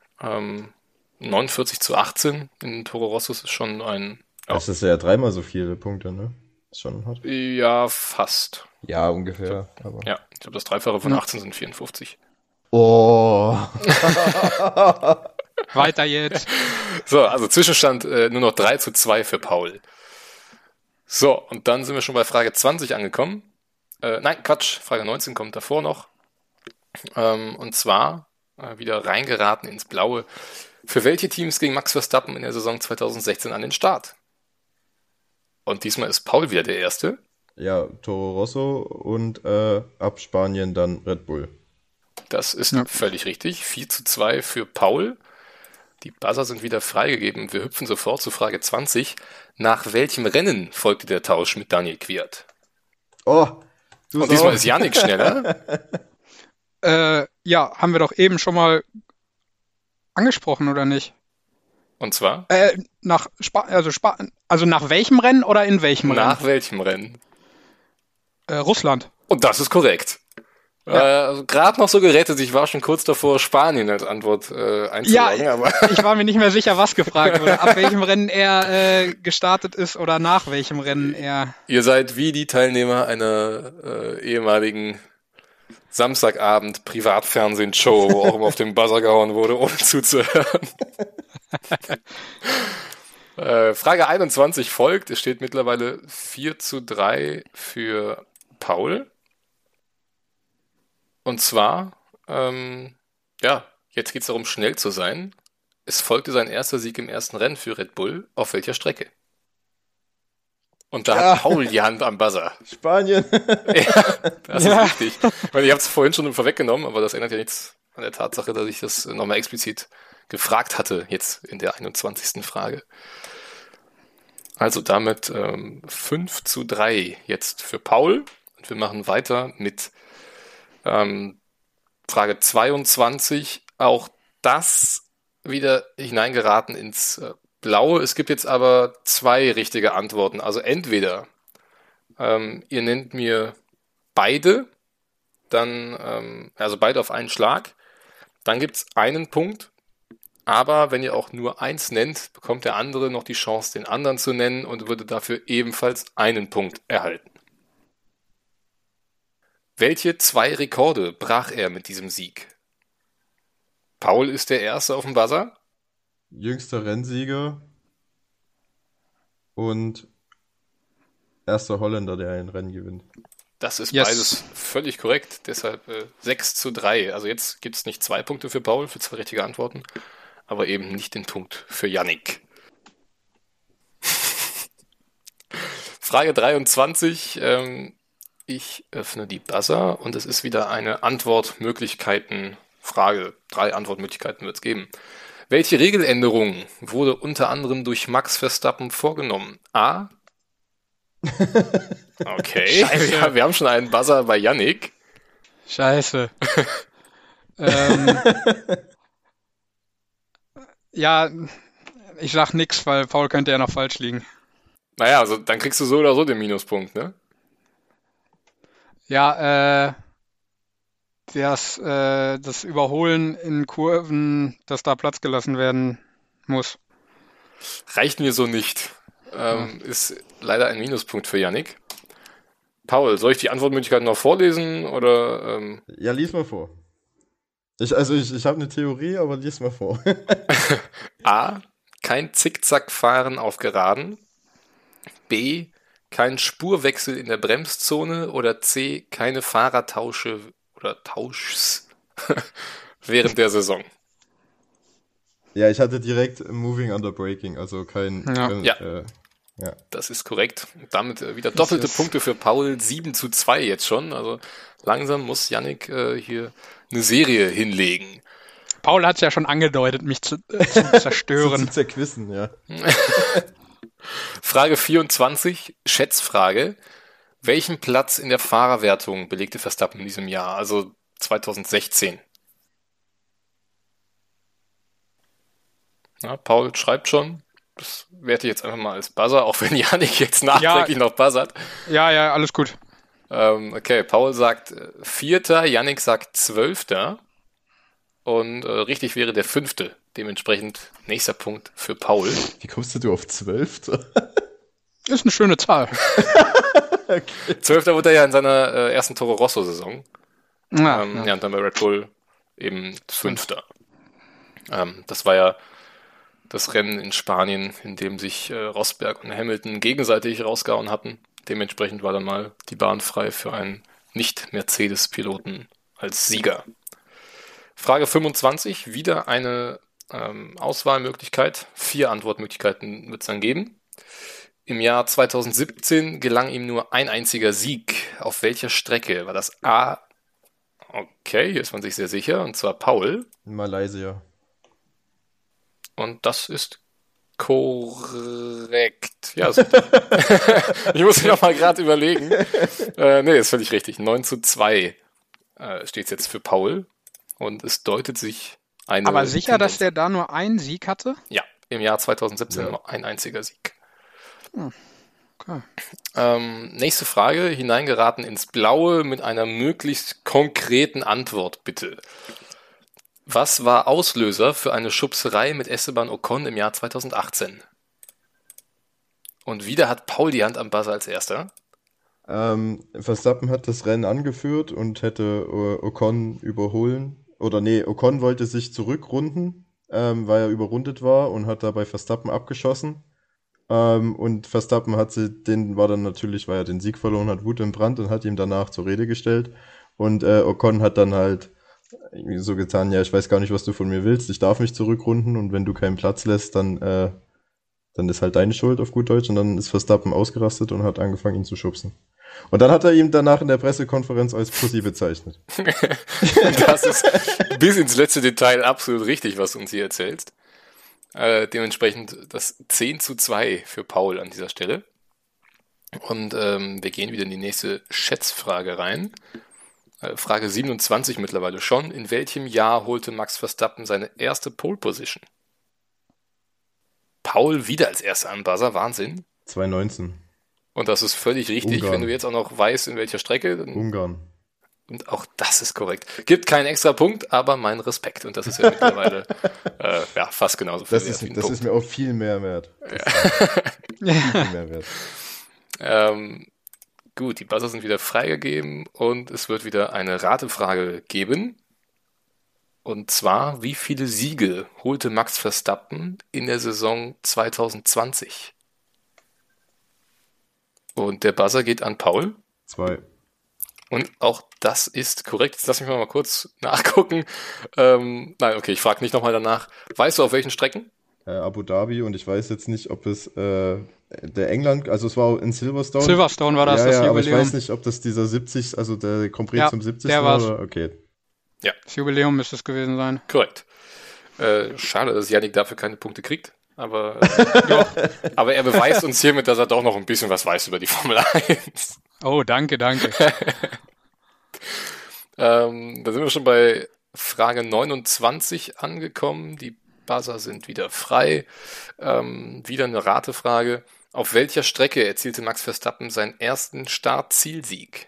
49:18 in Toro Rosso ist schon ein... Das ist ja 3-mal so viele Punkte, ne? Ist schon hart. Ja, fast. Ja, ungefähr. Ja, ich glaube, das Dreifache von 18 sind 54. Oh. Weiter jetzt. So, also Zwischenstand nur noch 3:2 für Paul. So, und dann sind wir schon bei Frage 20 angekommen. Nein, Quatsch, Frage 19 kommt davor noch. Und zwar wieder reingeraten ins Blaue. Für welche Teams ging Max Verstappen in der Saison 2016 an den Start? Und diesmal ist Paul wieder der Erste. Ja, Toro Rosso und ab Spanien dann Red Bull. Das ist völlig richtig. 4:2 für Paul. Die Buzzer sind wieder freigegeben. Wir hüpfen sofort zu Frage 20. Nach welchem Rennen folgte der Tausch mit Daniel Kvyat? Oh, und diesmal ist Yannick schneller. Ja, haben wir doch eben schon mal angesprochen, oder nicht? Und zwar? Nach welchem Rennen oder in welchem Rennen? Nach welchem Rennen? Russland. Und das ist korrekt. Ja. Gerade noch so gerettet, ich war schon kurz davor, Spanien als Antwort einzuloggen. Ja, aber ich war mir nicht mehr sicher, was gefragt wurde. Ab welchem Rennen er gestartet ist oder nach welchem Rennen er... Ihr seid wie die Teilnehmer einer ehemaligen Samstagabend Privatfernsehen-Show, wo auch immer auf den Buzzer gehauen wurde, ohne zuzuhören. Frage 21 folgt. Es steht mittlerweile 4:3 für Paul. Und zwar, jetzt geht es darum, schnell zu sein. Es folgte sein erster Sieg im ersten Rennen für Red Bull. Auf welcher Strecke? Und da hat Paul die Hand am Buzzer. Spanien. Ja, das ist richtig. Ich habe es vorhin schon vorweggenommen, aber das ändert ja nichts an der Tatsache, dass ich das nochmal explizit gefragt hatte, jetzt in der 21. Frage. Also damit 5:3 jetzt für Paul. Und wir machen weiter mit Frage 22. Auch das wieder hineingeraten ins Blaue. Es gibt jetzt aber 2 richtige Antworten. Also entweder ihr nennt mir beide, dann also beide auf einen Schlag. Dann gibt es einen Punkt. Aber wenn ihr auch nur eins nennt, bekommt der andere noch die Chance, den anderen zu nennen und würde dafür ebenfalls einen Punkt erhalten. Welche 2 Rekorde brach er mit diesem Sieg? Paul ist der Erste auf dem Buzzer. Jüngster Rennsieger und erster Holländer, der ein Rennen gewinnt. Das ist beides völlig korrekt, deshalb 6:3. Also jetzt gibt es nicht 2 Punkte für Paul, für 2 richtige Antworten, aber eben nicht den Punkt für Yannick. Frage 23. Ich öffne die Buzzer und es ist wieder eine Antwortmöglichkeiten-Frage. 3 Antwortmöglichkeiten wird es geben. Welche Regeländerung wurde unter anderem durch Max Verstappen vorgenommen? A. Okay, wir haben schon einen Buzzer bei Yannick. Scheiße. Ja, ich sag nix, weil Paul könnte ja noch falsch liegen. Naja, also dann kriegst du so oder so den Minuspunkt, ne? Ja, das Überholen in Kurven, dass da Platz gelassen werden muss. Reicht mir so nicht. Ist leider ein Minuspunkt für Yannick. Paul, soll ich die Antwortmöglichkeiten noch vorlesen oder? Ja, lies mal vor. Ich habe eine Theorie, aber lies mal vor. A. Kein Zickzackfahren auf Geraden. B. Kein Spurwechsel in der Bremszone. Oder C. Keine Fahrertausche oder Tauschs während der Saison. Ja, ich hatte direkt Moving under Braking, also kein... Ja, das ist korrekt. Damit wieder doppelte Punkte für Paul, 7:2 jetzt schon. Also langsam muss Yannick hier eine Serie hinlegen. Paul hat es ja schon angedeutet, mich zu zerstören. zu zerquissen, ja. Frage 24, Schätzfrage. Welchen Platz in der Fahrerwertung belegte Verstappen in diesem Jahr, also 2016? Ja, Paul schreibt schon. Das werte ich jetzt einfach mal als Buzzer, auch wenn Yannick jetzt nachträglich noch buzzert. Ja, alles gut. Okay, Paul sagt 4., Yannick sagt 12. Und richtig wäre der 5. Dementsprechend nächster Punkt für Paul. Wie kommst du auf 12? Ist eine schöne Zahl. Okay. 12. wurde er ja in seiner ersten Toro Rosso-Saison. Ja, und dann bei Red Bull eben 5. Das war ja das Rennen in Spanien, in dem sich Rosberg und Hamilton gegenseitig rausgehauen hatten. Dementsprechend war dann mal die Bahn frei für einen Nicht-Mercedes-Piloten als Sieger. Frage 25, wieder eine Auswahlmöglichkeit. 4 Antwortmöglichkeiten wird es dann geben. Im Jahr 2017 gelang ihm nur ein einziger Sieg. Auf welcher Strecke? War das A? Okay, hier ist man sich sehr sicher, und zwar Paul. In Malaysia. Und das ist korrekt. Ja, ich muss mich noch mal gerade überlegen. Nee, ist völlig richtig. 9:2 steht es jetzt für Paul. Und es deutet sich eine... Aber sicher, Tendenz, dass der da nur einen Sieg hatte? Ja, im Jahr 2017 nur ein einziger Sieg. Okay. Nächste Frage, hineingeraten ins Blaue mit einer möglichst konkreten Antwort, bitte. Was war Auslöser für eine Schubserei mit Esteban Ocon im Jahr 2018? Und wieder hat Paul die Hand am Buzzer als Erster. Verstappen hat das Rennen angeführt und hätte Ocon überholen. Oder nee, Ocon wollte sich zurückrunden, weil er überrundet war und hat dabei Verstappen abgeschossen. Und Verstappen war ja den Sieg verloren, hat Wut entbrannt und hat ihm danach zur Rede gestellt. Und Ocon hat dann halt irgendwie so getan, ja, ich weiß gar nicht, was du von mir willst, ich darf mich zurückrunden und wenn du keinen Platz lässt, dann ist halt deine Schuld auf gut Deutsch und dann ist Verstappen ausgerastet und hat angefangen, ihn zu schubsen. Und dann hat er ihn danach in der Pressekonferenz als Pussy bezeichnet. Das ist bis ins letzte Detail absolut richtig, was du uns hier erzählst. Dementsprechend das 10:2 für Paul an dieser Stelle. Und wir gehen wieder in die nächste Schätzfrage rein. Frage 27 mittlerweile schon. In welchem Jahr holte Max Verstappen seine erste Pole Position? Paul wieder als erster am Buzzer, Wahnsinn. 2019. Und das ist völlig richtig, Ungarn. wenn du jetzt auch noch weißt, in welcher Strecke. Ungarn. Und auch das ist korrekt. Gibt keinen extra Punkt, aber mein Respekt. Und das ist ja mittlerweile fast genauso viel Das wert wie ein ist Punkt. mir auch viel mehr wert. Ja. Viel mehr wert. Gut, die Buzzer sind wieder freigegeben und es wird wieder eine Ratefrage geben. Und zwar, wie viele Siege holte Max Verstappen in der Saison 2020? Und der Buzzer geht an Paul. 2. Und auch das ist korrekt. Jetzt lass mich mal kurz nachgucken. Nein, okay, ich frage nicht nochmal danach. Weißt du, auf welchen Strecken? Abu Dhabi und ich weiß jetzt nicht, ob es der England, also es war in Silverstone. Silverstone war das, ja, das aber ich Jubiläum. weiß nicht, ob das dieser 70, also der Grand Prix Ja, zum 70. der war war's. oder, okay. Das Jubiläum müsste es gewesen sein. Korrekt. Schade, dass Yannick dafür keine Punkte kriegt. Aber, aber er beweist uns hiermit, dass er doch noch ein bisschen was weiß über die Formel 1. Oh, danke. Da sind wir schon bei Frage 29 angekommen. Die Buzzer sind wieder frei. Wieder eine Ratefrage. Auf welcher Strecke erzielte Max Verstappen seinen ersten Start-Zielsieg?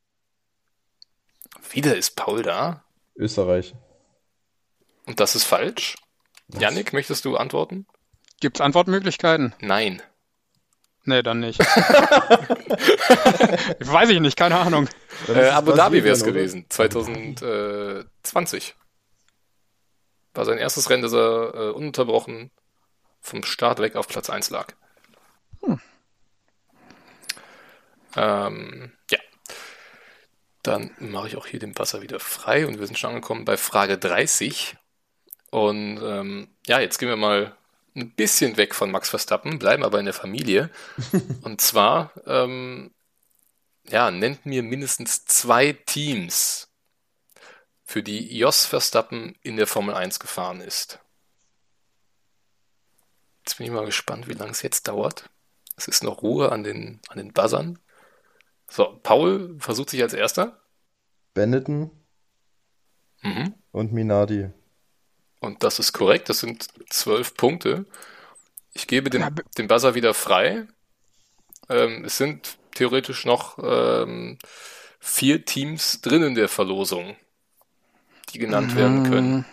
Wieder ist Paul da. Österreich. Und das ist falsch. Yannick, möchtest du antworten? Gibt's Antwortmöglichkeiten? Nein. Nee, dann nicht. Weiß ich nicht, keine Ahnung. Abu Dhabi wäre es Brasilien, gewesen. 2020. War sein erstes Rennen, das er ununterbrochen vom Start weg auf Platz 1 lag. Ja. Dann mache ich auch hier den Buzzer wieder frei und wir sind schon angekommen bei Frage 30. Und jetzt gehen wir mal ein bisschen weg von Max Verstappen, bleiben aber in der Familie. Und zwar, nennt mir mindestens 2 Teams, für die Jos Verstappen in der Formel 1 gefahren ist. Jetzt bin ich mal gespannt, wie lange es jetzt dauert. Es ist noch Ruhe an den Buzzern. So, Paul versucht sich als erster. Benetton Mhm. und Minardi. Und das ist korrekt, das sind 12 Punkte. Ich gebe Ja, den Buzzer wieder frei. Es sind theoretisch noch 4 Teams drin in der Verlosung, die genannt werden können.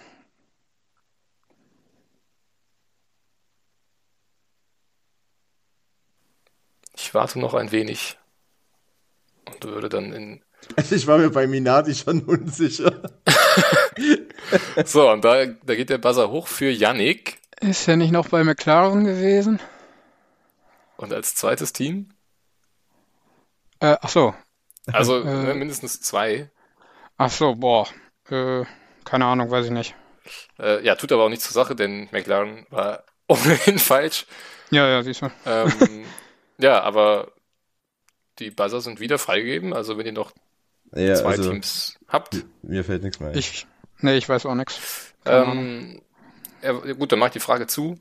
Ich warte noch ein wenig und würde dann in... Ich war mir bei Minardi schon unsicher. So, und da geht der Buzzer hoch für Yannick. Ist er nicht noch bei McLaren gewesen? Und als zweites Team? Ach so. Also mindestens 2. Ach so, boah. Keine Ahnung, weiß ich nicht. Tut aber auch nichts zur Sache, denn McLaren war ohnehin falsch. Ja, siehst du. Aber die Buzzer sind wieder freigegeben. Also wenn ihr noch Ja, 2 also, Teams habt. mir fällt nichts mehr ein. Ich weiß auch nichts. Gut, dann mache ich die Frage zu.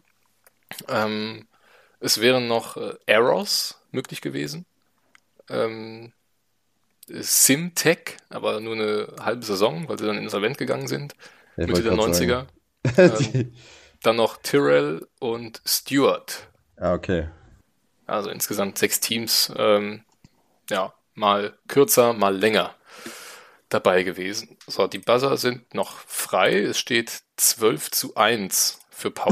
Es wären noch Arrows möglich gewesen. Simtech, aber nur eine halbe Saison, weil sie dann insolvent gegangen sind. Ich Mitte der wollte 90er. sagen. Dann noch Tyrrell und Stewart. Okay. Also insgesamt 6 Teams. Mal kürzer, mal länger dabei gewesen. So, die Buzzer sind noch frei. Es steht 12:1 für Paul.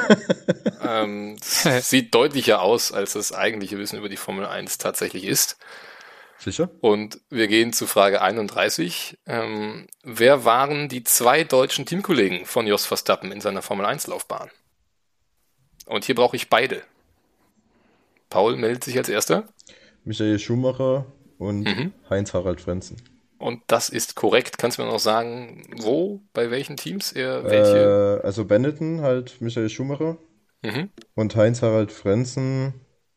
Das sieht deutlicher aus, als das eigentliche Wissen über die Formel 1 tatsächlich ist. Sicher? Und wir gehen zu Frage 31. Wer waren die 2 deutschen Teamkollegen von Jos Verstappen in seiner Formel 1 Laufbahn? Und hier brauche ich beide. Paul meldet sich als erster. Michael Schumacher und Mhm. Heinz-Harald Frentzen. Und das ist korrekt. Kannst du mir noch sagen, wo, bei welchen Teams er welche? Also Benetton, halt Michael Schumacher Mhm. und Heinz-Harald Frentzen.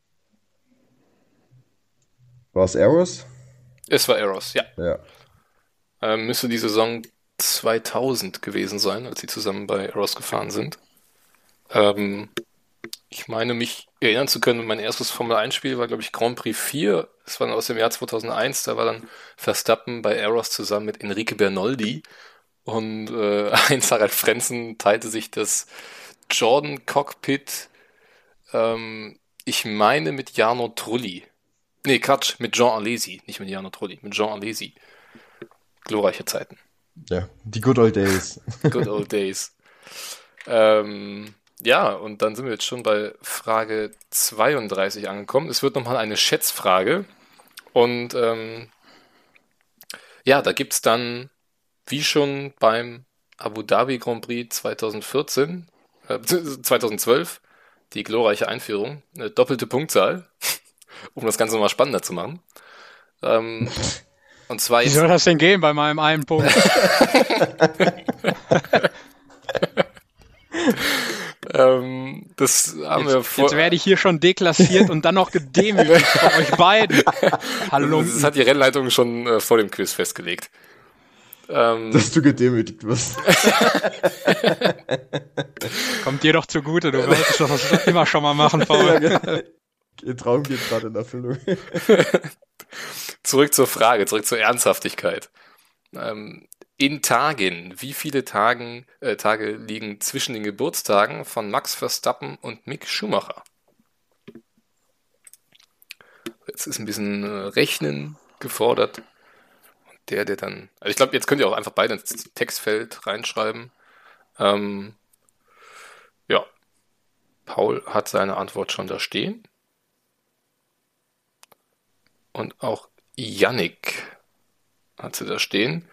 War es Eros? Es war Eros, ja. Ja. Müsste die Saison 2000 gewesen sein, als sie zusammen bei Eros gefahren sind. Ich meine, mich erinnern zu können, mein erstes Formel-1-Spiel war, glaube ich, Grand Prix 4. Das war dann aus dem Jahr 2001. Da war dann Verstappen bei Eros zusammen mit Enrique Bernoldi. Und Heinz-Harald Frentzen teilte sich das Jordan Cockpit, ich meine, mit Jarno Trulli. Nee, Quatsch, mit Jean Alesi. Nicht mit Jarno Trulli, mit Jean Alesi. Glorreiche Zeiten. Ja, die Good Old Days. Good old days. Ja, und dann sind wir jetzt schon bei Frage 32 angekommen. Es wird nochmal eine Schätzfrage. Und ja, da gibt's dann, wie schon beim Abu Dhabi Grand Prix 2014, 2012, die glorreiche Einführung, eine doppelte Punktzahl, um das Ganze nochmal spannender zu machen. Und zwar Wie jetzt soll das denn gehen bei meinem einen Punkt? das haben wir Jetzt werde ich hier schon deklassiert und dann noch gedemütigt von euch beiden. Hallo. Das hat die Rennleitung schon vor dem Quiz festgelegt. Dass du gedemütigt wirst. Kommt dir doch zugute, du wolltest das immer schon mal machen, Paul. Ja, genau. Ihr Traum geht gerade in Erfüllung. Zurück zur Frage, zurück zur Ernsthaftigkeit. In Tagen, wie viele Tage liegen zwischen den Geburtstagen von Max Verstappen und Mick Schumacher? Jetzt ist ein bisschen Rechnen gefordert. Und der dann. Also ich glaube, jetzt könnt ihr auch einfach beide ins Textfeld reinschreiben. Ja. Paul hat seine Antwort schon da stehen. Und auch Yannick hat sie da stehen.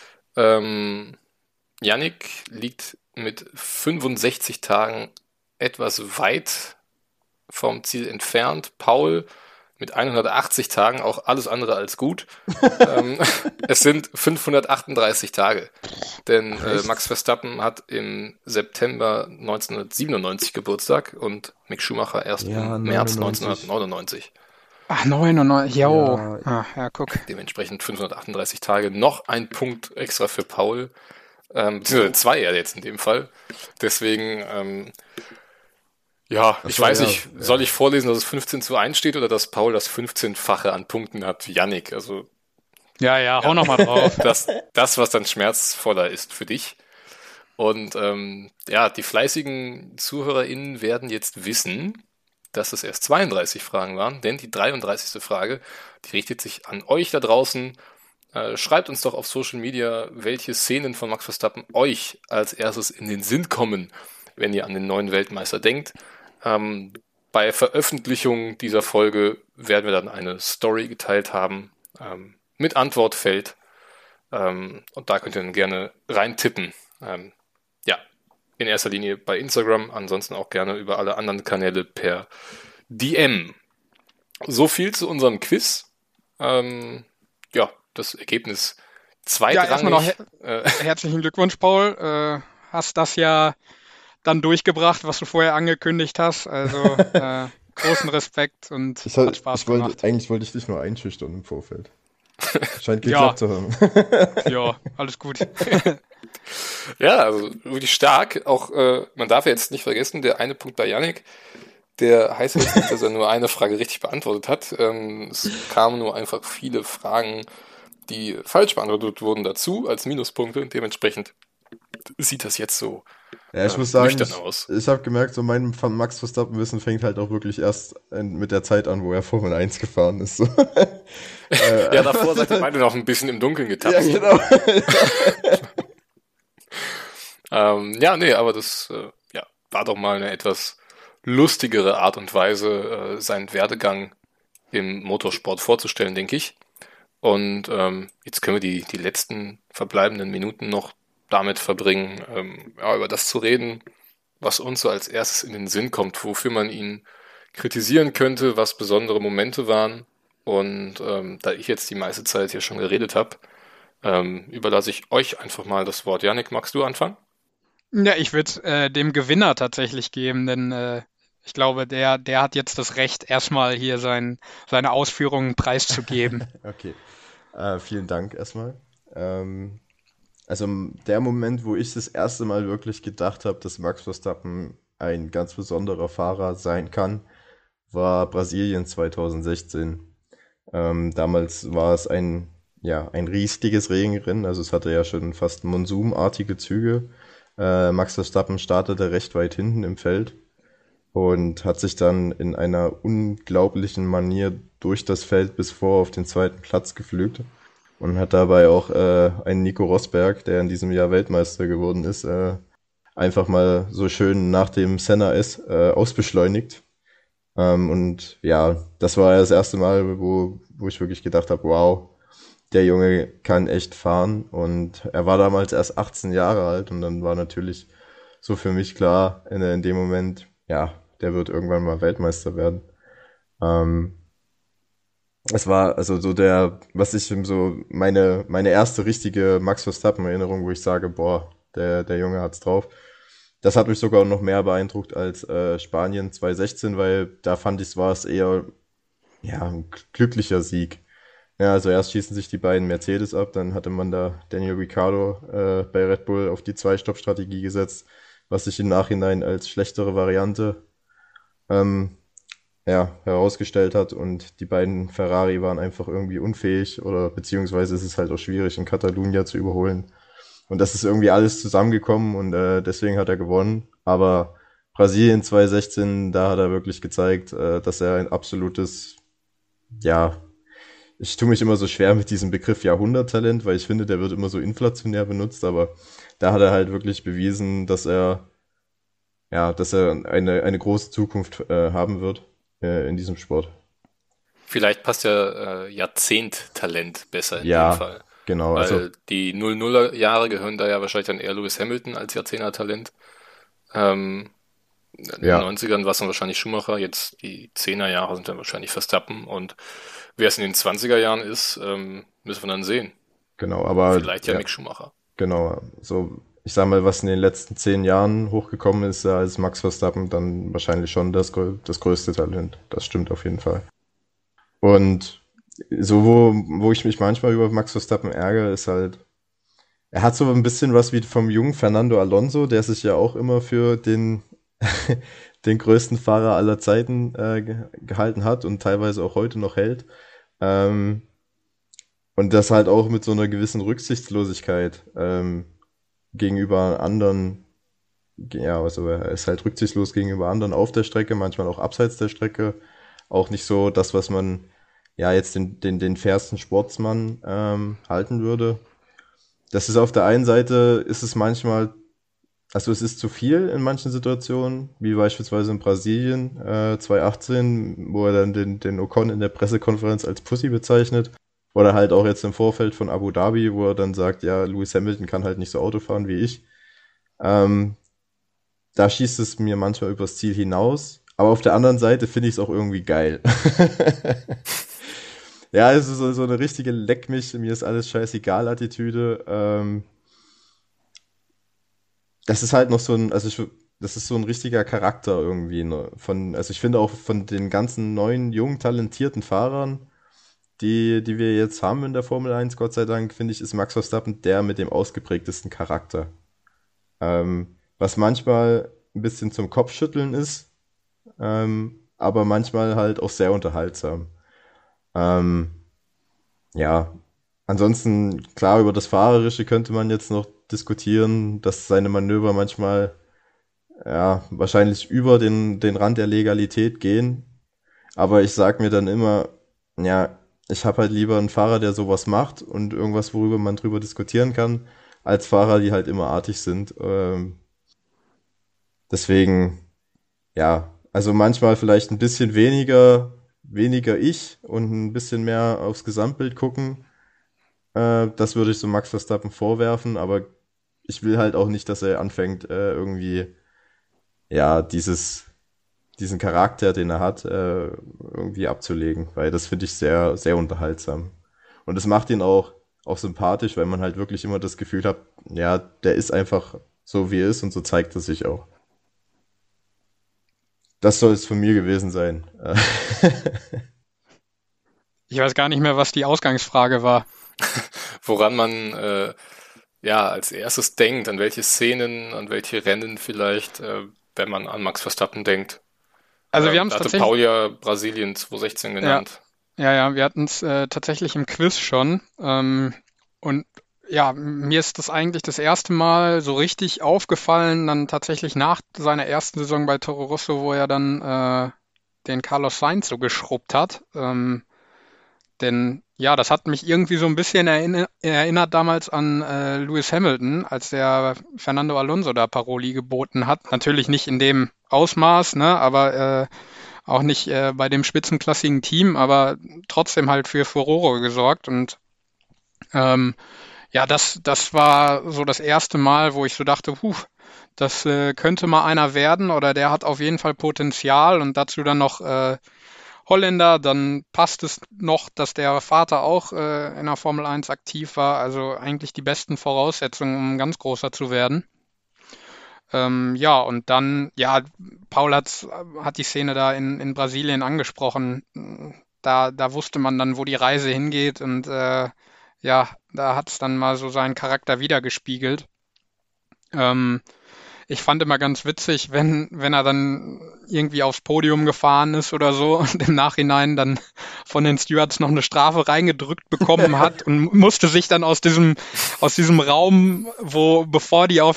Yannick liegt mit 65 Tagen etwas weit vom Ziel entfernt. Paul mit 180 Tagen, auch alles andere als gut. Es sind 538 Tage. Denn Max Verstappen hat im September 1997 Geburtstag und Mick Schumacher erst im März 1999. Ach, 99, jo. Ja. Ja, guck. Dementsprechend 538 Tage. Noch ein Punkt extra für Paul. Beziehungsweise 2 jetzt in dem Fall. Deswegen, ja, ich weiß nicht, soll ich vorlesen, dass es 15:1 steht oder dass Paul das 15-fache an Punkten hat wie Yannick? Also Ja, hau noch mal drauf. das, was dann schmerzvoller ist für dich. Und ja, die fleißigen ZuhörerInnen werden jetzt wissen, dass es erst 32 Fragen waren, denn die 33. Frage, die richtet sich an euch da draußen. Schreibt uns doch auf Social Media, welche Szenen von Max Verstappen euch als erstes in den Sinn kommen, wenn ihr an den neuen Weltmeister denkt. Bei Veröffentlichung dieser Folge werden wir dann eine Story geteilt haben mit Antwortfeld. Und da könnt ihr dann gerne reintippen. Ja, in erster Linie bei Instagram, ansonsten auch gerne über alle anderen Kanäle per DM. So viel zu unserem Quiz. Ja, das Ergebnis zweitrangig. Ja, erstmal noch herzlichen Glückwunsch, Paul. Hast das ja dann durchgebracht, was du vorher angekündigt hast. Also großen Respekt und hat Spaß gemacht. Eigentlich wollte ich dich nur einschüchtern im Vorfeld. Scheint geklappt zu haben. Ja, alles gut. Ja, also wirklich stark. Auch man darf ja jetzt nicht vergessen, der eine Punkt bei Yannick, der heißt jetzt nicht, dass er nur eine Frage richtig beantwortet hat. Es kamen nur einfach viele Fragen, die falsch beantwortet wurden, dazu als Minuspunkte. Dementsprechend sieht das jetzt so ja, ich muss sagen, nüchtern aus. Ich habe gemerkt, so mein von Max Verstappen-Wissen fängt halt auch wirklich erst mit der Zeit an, wo er Formel 1 gefahren ist. So. Ja, davor seid ihr beide noch ein bisschen im Dunkeln getappt. Ja, genau. Ja, nee, aber das ja, war doch mal eine etwas lustigere Art und Weise, seinen Werdegang im Motorsport vorzustellen, denke ich. Und jetzt können wir die letzten verbleibenden Minuten noch damit verbringen, ja, über das zu reden, was uns so als erstes in den Sinn kommt, wofür man ihn kritisieren könnte, was besondere Momente waren. Und da ich jetzt die meiste Zeit hier schon geredet habe, überlasse ich euch einfach mal das Wort. Yannick, magst du anfangen? Ja, ich würde dem Gewinner tatsächlich geben, denn ich glaube, der hat jetzt das Recht, erstmal hier seine Ausführungen preiszugeben. Okay, vielen Dank erstmal. Ähm, also der Moment, wo ich das erste Mal wirklich gedacht habe, dass Max Verstappen ein ganz besonderer Fahrer sein kann, war Brasilien 2016. Damals war es ein riesiges Regenrennen, also es hatte ja schon fast monsunartige Züge. Max Verstappen startete recht weit hinten im Feld und hat sich dann in einer unglaublichen Manier durch das Feld bis vor auf den zweiten Platz geflügt und hat dabei auch einen Nico Rosberg, der in diesem Jahr Weltmeister geworden ist, einfach mal so schön nach dem Senna S ausbeschleunigt. Und ja, das war das erste Mal, wo ich wirklich gedacht habe, wow, der Junge kann echt fahren. Und er war damals erst 18 Jahre alt und dann war natürlich so für mich klar in dem Moment, ja, der wird irgendwann mal Weltmeister werden. Ähm, Es war also so was ich so meine erste richtige Max Verstappen-Erinnerung, wo ich sage, boah, der Junge hat's drauf. Das hat mich sogar noch mehr beeindruckt als Spanien 2016, weil da fand ich, war es eher ja, ein glücklicher Sieg. Ja, also erst schießen sich die beiden Mercedes ab, dann hatte man da Daniel Ricciardo bei Red Bull auf die Zwei-Stopp-Strategie gesetzt, was sich im Nachhinein als schlechtere Variante ähm, herausgestellt hat und die beiden Ferrari waren einfach irgendwie unfähig oder beziehungsweise ist es halt auch schwierig in Catalunya zu überholen. Und das ist irgendwie alles zusammengekommen und deswegen hat er gewonnen. Aber Brasilien 2016, da hat er wirklich gezeigt, dass er ein absolutes, ja, ich tue mich immer so schwer mit diesem Begriff Jahrhunderttalent, weil ich finde, der wird immer so inflationär benutzt, aber da hat er halt wirklich bewiesen, dass er eine große Zukunft haben wird in diesem Sport. Vielleicht passt ja Jahrzehnt-Talent besser in dem Ja, Fall. genau, also Weil die 00er Jahre gehören da ja wahrscheinlich dann eher Lewis Hamilton als Jahrzehnt-Talent. Ähm, in den ja, 90ern war es dann wahrscheinlich Schumacher, jetzt die 10er Jahre sind dann wahrscheinlich Verstappen und wer es in den 20er Jahren ist, müssen wir dann sehen. genau, aber Vielleicht ja ja, Mick Schumacher. genau. So, ich sag mal, was in den letzten 10 Jahren hochgekommen ist, da ist Max Verstappen dann wahrscheinlich schon das größte Talent. Das stimmt auf jeden Fall. Und so, wo ich mich manchmal über Max Verstappen ärgere, ist halt, er hat so ein bisschen was wie vom jungen Fernando Alonso, der sich ja auch immer für den größten Fahrer aller Zeiten gehalten hat und teilweise auch heute noch hält. Ähm, und das halt auch mit so einer gewissen Rücksichtslosigkeit gegenüber anderen, ja, also er ist halt rücksichtslos gegenüber anderen auf der Strecke, manchmal auch abseits der Strecke. Auch nicht so das, was man ja jetzt den fairsten Sportsmann halten würde. Das ist auf der einen Seite, ist es manchmal, also es ist zu viel in manchen Situationen, wie beispielsweise in Brasilien 2018, wo er dann den Ocon in der Pressekonferenz als Pussy bezeichnet. Oder halt auch jetzt im Vorfeld von Abu Dhabi, wo er dann sagt, ja, Lewis Hamilton kann halt nicht so Auto fahren wie ich. Ähm, Da schießt es mir manchmal übers Ziel hinaus. Aber auf der anderen Seite finde ich es auch irgendwie geil. Ja, es ist so eine richtige Leck mich, mir ist alles scheißegal Attitüde. Das ist halt noch so das ist so ein richtiger Charakter irgendwie, ne? Also ich finde auch von den ganzen neuen, jungen, talentierten Fahrern, die wir jetzt haben in der Formel 1, Gott sei Dank, finde ich, ist Max Verstappen der mit dem ausgeprägtesten Charakter. Was manchmal ein bisschen zum Kopfschütteln ist, aber manchmal halt auch sehr unterhaltsam. Ähm, ja, ansonsten, klar, über das Fahrerische könnte man jetzt noch diskutieren, dass seine Manöver manchmal ja, wahrscheinlich über den Rand der Legalität gehen. Aber ich sag mir dann immer, ja, ich habe halt lieber einen Fahrer, der sowas macht und irgendwas, worüber man drüber diskutieren kann, als Fahrer, die halt immer artig sind. Deswegen, ja, also manchmal vielleicht ein bisschen weniger ich und ein bisschen mehr aufs Gesamtbild gucken. Das würde ich so Max Verstappen vorwerfen, aber ich will halt auch nicht, dass er anfängt, irgendwie, ja, diesen Charakter, den er hat, irgendwie abzulegen, weil das finde ich sehr, sehr unterhaltsam. Und das macht ihn auch sympathisch, weil man halt wirklich immer das Gefühl hat, ja, der ist einfach so, wie er ist und so zeigt er sich auch. Das soll es von mir gewesen sein. Ich weiß gar nicht mehr, was die Ausgangsfrage war. Woran man ja als erstes denkt, an welche Szenen, an welche Rennen vielleicht, wenn man an Max Verstappen denkt. Also wir haben es Da hatte tatsächlich, Paul ja Brasilien 2016 ja, genannt. ja, wir hatten es tatsächlich im Quiz schon. Und ja, mir ist das eigentlich das erste Mal so richtig aufgefallen, dann tatsächlich nach seiner ersten Saison bei Toro Rosso, wo er dann den Carlos Sainz so geschrubbt hat. Denn ja, das hat mich irgendwie so ein bisschen erinnert damals an Lewis Hamilton, als der Fernando Alonso da Paroli geboten hat. Natürlich nicht in dem Ausmaß, ne, aber auch nicht bei dem spitzenklassigen Team, aber trotzdem halt für Furore gesorgt. Und ähm, ja, das war so das erste Mal, wo ich so dachte, das könnte mal einer werden oder der hat auf jeden Fall Potenzial und dazu dann noch Holländer, dann passt es noch, dass der Vater auch in der Formel 1 aktiv war, also eigentlich die besten Voraussetzungen, um ganz großer zu werden. Ja, und dann, ja, Paul hat die Szene da in Brasilien angesprochen. Da wusste man dann, wo die Reise hingeht und ja, da hat es dann mal so seinen Charakter wiedergespiegelt. Ähm, Ich fand immer ganz witzig, wenn er dann irgendwie aufs Podium gefahren ist oder so und im Nachhinein dann von den Stewards noch eine Strafe reingedrückt bekommen hat und musste sich dann aus diesem Raum, bevor die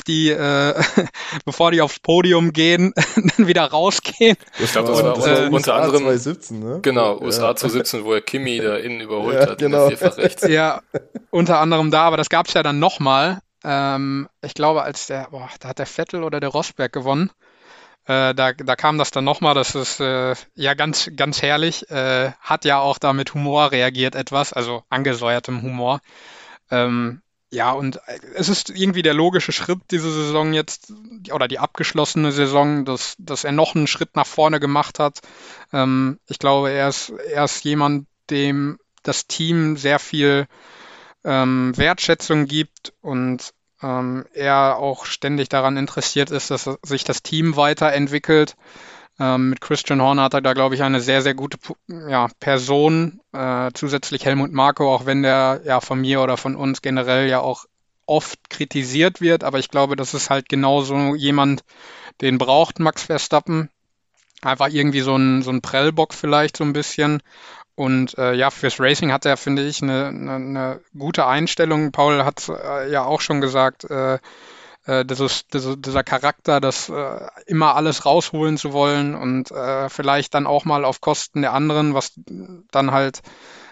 bevor die aufs Podium gehen, dann wieder rausgehen. Ich glaube, das Und war das war unter USA anderem, 2017, ne? genau, Ja. USA 2017, wo er Kimi da innen überholt Ja, hat in der genau. Vierfachrechts. Ja, unter anderem da, aber das gab es ja dann nochmal. Ich glaube, da hat der Vettel oder der Rosberg gewonnen. Da kam das dann nochmal, das ist ja ganz, ganz herrlich. Hat ja auch da mit Humor reagiert etwas, also angesäuertem Humor. Ja, und es ist irgendwie der logische Schritt, diese Saison jetzt, oder die abgeschlossene Saison, dass er noch einen Schritt nach vorne gemacht hat. Ich glaube, er ist jemand, dem das Team sehr viel Wertschätzung gibt und er auch ständig daran interessiert ist, dass sich das Team weiterentwickelt. Mit Christian Horner hat er da, glaube ich, eine sehr, sehr gute Person. Zusätzlich Helmut Marko, auch wenn der ja von mir oder von uns generell ja auch oft kritisiert wird. Aber ich glaube, das ist halt genauso jemand, den braucht Max Verstappen. Einfach irgendwie so ein Prellbock vielleicht so ein bisschen. Und ja, fürs Racing hat er, finde ich, eine gute Einstellung. Paul hat ja auch schon gesagt, dieser Charakter, das immer alles rausholen zu wollen und vielleicht dann auch mal auf Kosten der anderen, was dann halt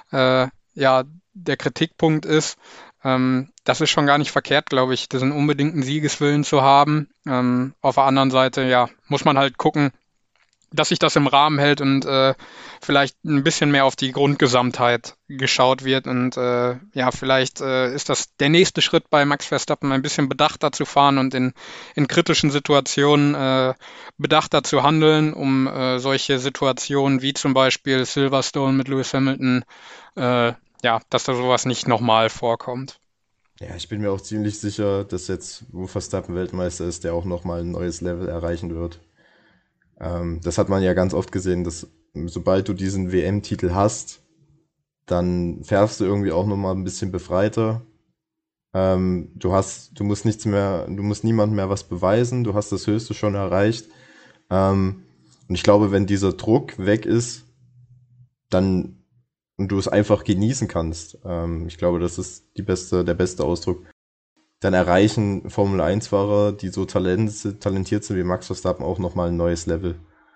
ja der Kritikpunkt ist. Das ist schon gar nicht verkehrt, glaube ich, diesen unbedingten Siegeswillen zu haben. Auf der anderen Seite, ja, muss man halt gucken, dass sich das im Rahmen hält und vielleicht ein bisschen mehr auf die Grundgesamtheit geschaut wird. Und ja, vielleicht ist das der nächste Schritt bei Max Verstappen, ein bisschen bedachter zu fahren und in kritischen Situationen bedachter zu handeln, um solche Situationen wie zum Beispiel Silverstone mit Lewis Hamilton, ja, dass da sowas nicht nochmal vorkommt. Ja, ich bin mir auch ziemlich sicher, dass jetzt, wo Verstappen Weltmeister ist, der auch nochmal ein neues Level erreichen wird. Das hat man ja ganz oft gesehen, dass sobald du diesen WM-Titel hast, dann fährst du irgendwie auch nochmal ein bisschen befreiter. Du musst nichts mehr, du musst niemandem mehr was beweisen, du hast das Höchste schon erreicht. Und ich glaube, wenn dieser Druck weg ist, dann und du es einfach genießen kannst, ich glaube, das ist der beste Ausdruck. Dann erreichen Formel-1-Fahrer, die so talentiert sind wie Max Verstappen, auch nochmal ein neues Level.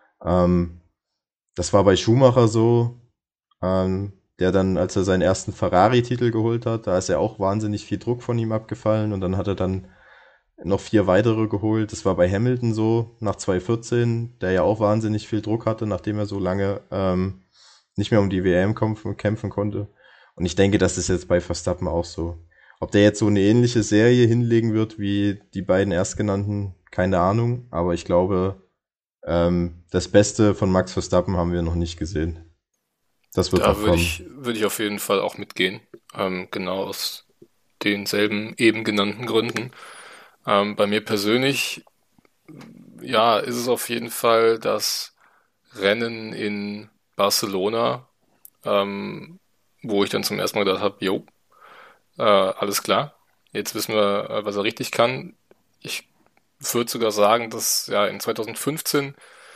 Das war bei Schumacher so, der dann, als er seinen ersten Ferrari-Titel geholt hat, da ist ja auch wahnsinnig viel Druck von ihm abgefallen und dann hat er dann noch 4 weitere geholt. Das war bei Hamilton so, nach 2014, der ja auch wahnsinnig viel Druck hatte, nachdem er so lange nicht mehr um die WM kämpfen konnte. Und ich denke, das ist jetzt bei Verstappen auch so. Ob der jetzt so eine ähnliche Serie hinlegen wird wie die beiden Erstgenannten, keine Ahnung. Aber ich glaube, Das Beste von Max Verstappen haben wir noch nicht gesehen. Das wird Da noch kommen. würde ich auf jeden Fall auch mitgehen. Genau aus denselben eben genannten Gründen. Bei mir persönlich, ja, ist es auf jeden Fall das Rennen in Barcelona, ähm, wo ich dann zum ersten Mal gedacht habe, jo, alles klar, jetzt wissen wir, was er richtig kann. Ich würde sogar sagen, dass ja in 2015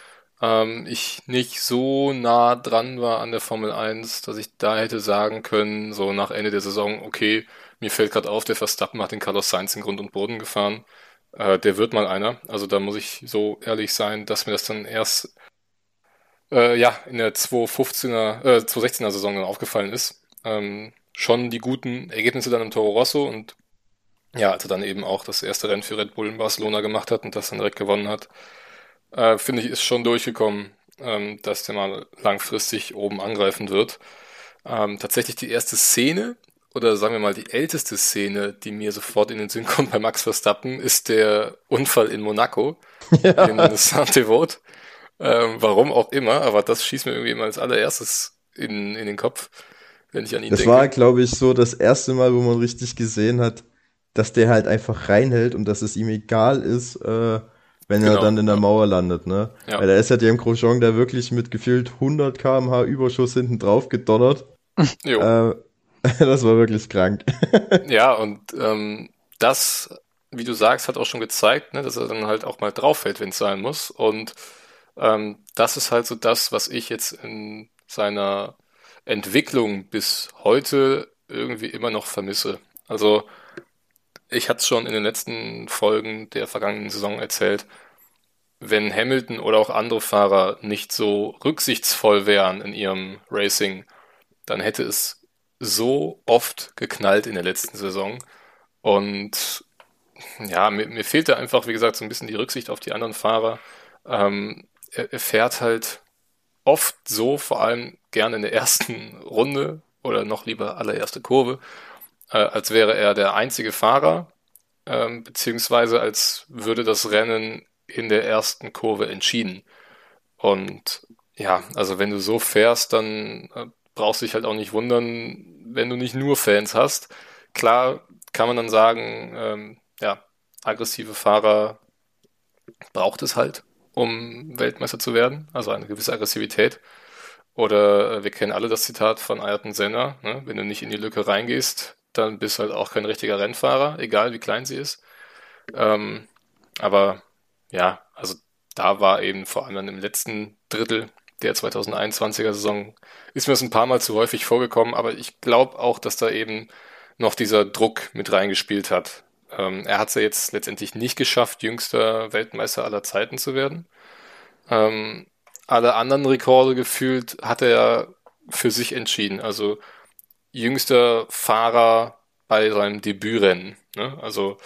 ich nicht so nah dran war an der Formel 1, dass ich da hätte sagen können, so nach Ende der Saison, okay, mir fällt gerade auf, der Verstappen hat den Carlos Sainz in Grund und Boden gefahren. Der wird mal einer. Also da muss ich so ehrlich sein, dass mir das dann erst ja in der 2016er Saison dann aufgefallen ist. Schon die guten Ergebnisse dann im Toro Rosso und ja, als er dann eben auch das erste Rennen für Red Bull in Barcelona gemacht hat und das dann direkt gewonnen hat, finde ich, ist schon durchgekommen, dass der mal langfristig oben angreifen wird. Tatsächlich die erste Szene, oder sagen wir mal die älteste Szene, die mir sofort in den Sinn kommt bei Max Verstappen, ist der Unfall in Monaco, in Ja. Saint-Évreux. Warum auch immer, aber das schießt mir irgendwie immer als allererstes in den Kopf, wenn ich an ihn Das war, denke. glaube ich, so das erste Mal, wo man richtig gesehen hat, dass der halt einfach reinhält und dass es ihm egal ist, wenn er Genau, dann in der ja. Mauer landet, ne? Ja, Weil da ist ja dem Grosjean da wirklich mit gefühlt 100 km/h Überschuss hinten drauf gedonnert. jo. Äh, Das war wirklich krank. Ja, und das, wie du sagst, hat auch schon gezeigt, ne, dass er dann halt auch mal drauf fällt, wenn es sein muss. Und das ist halt so das, was ich jetzt in seiner Entwicklung bis heute irgendwie immer noch vermisse. Also ich hatte es schon in den letzten Folgen der vergangenen Saison erzählt, wenn Hamilton oder auch andere Fahrer nicht so rücksichtsvoll wären in ihrem Racing, dann hätte es so oft geknallt in der letzten Saison. Und ja, mir fehlt da einfach, wie gesagt, so ein bisschen die Rücksicht auf die anderen Fahrer. Er fährt halt oft so, vor allem gerne in der ersten Runde oder noch lieber allererste Kurve, als wäre er der einzige Fahrer, beziehungsweise als würde das Rennen in der ersten Kurve entschieden. Und ja, also wenn du so fährst, dann brauchst du dich halt auch nicht wundern, wenn du nicht nur Fans hast. Klar kann man dann sagen, ja, aggressive Fahrer braucht es halt, um Weltmeister zu werden, also eine gewisse Aggressivität. Oder wir kennen alle das Zitat von Ayrton Senna, ne? Wenn du nicht in die Lücke reingehst, dann bist du halt auch kein richtiger Rennfahrer, egal wie klein sie ist. Ähm, aber ja, also da war eben vor allem dann im letzten Drittel der 2021er Saison, ist mir das ein paar Mal zu häufig vorgekommen, aber ich glaube auch, dass da eben noch dieser Druck mit reingespielt hat. Er hat es ja jetzt letztendlich nicht geschafft, jüngster Weltmeister aller Zeiten zu werden. Ähm, Alle anderen Rekorde gefühlt hat er ja für sich entschieden. Also jüngster Fahrer bei seinem Debütrennen. Ne? Also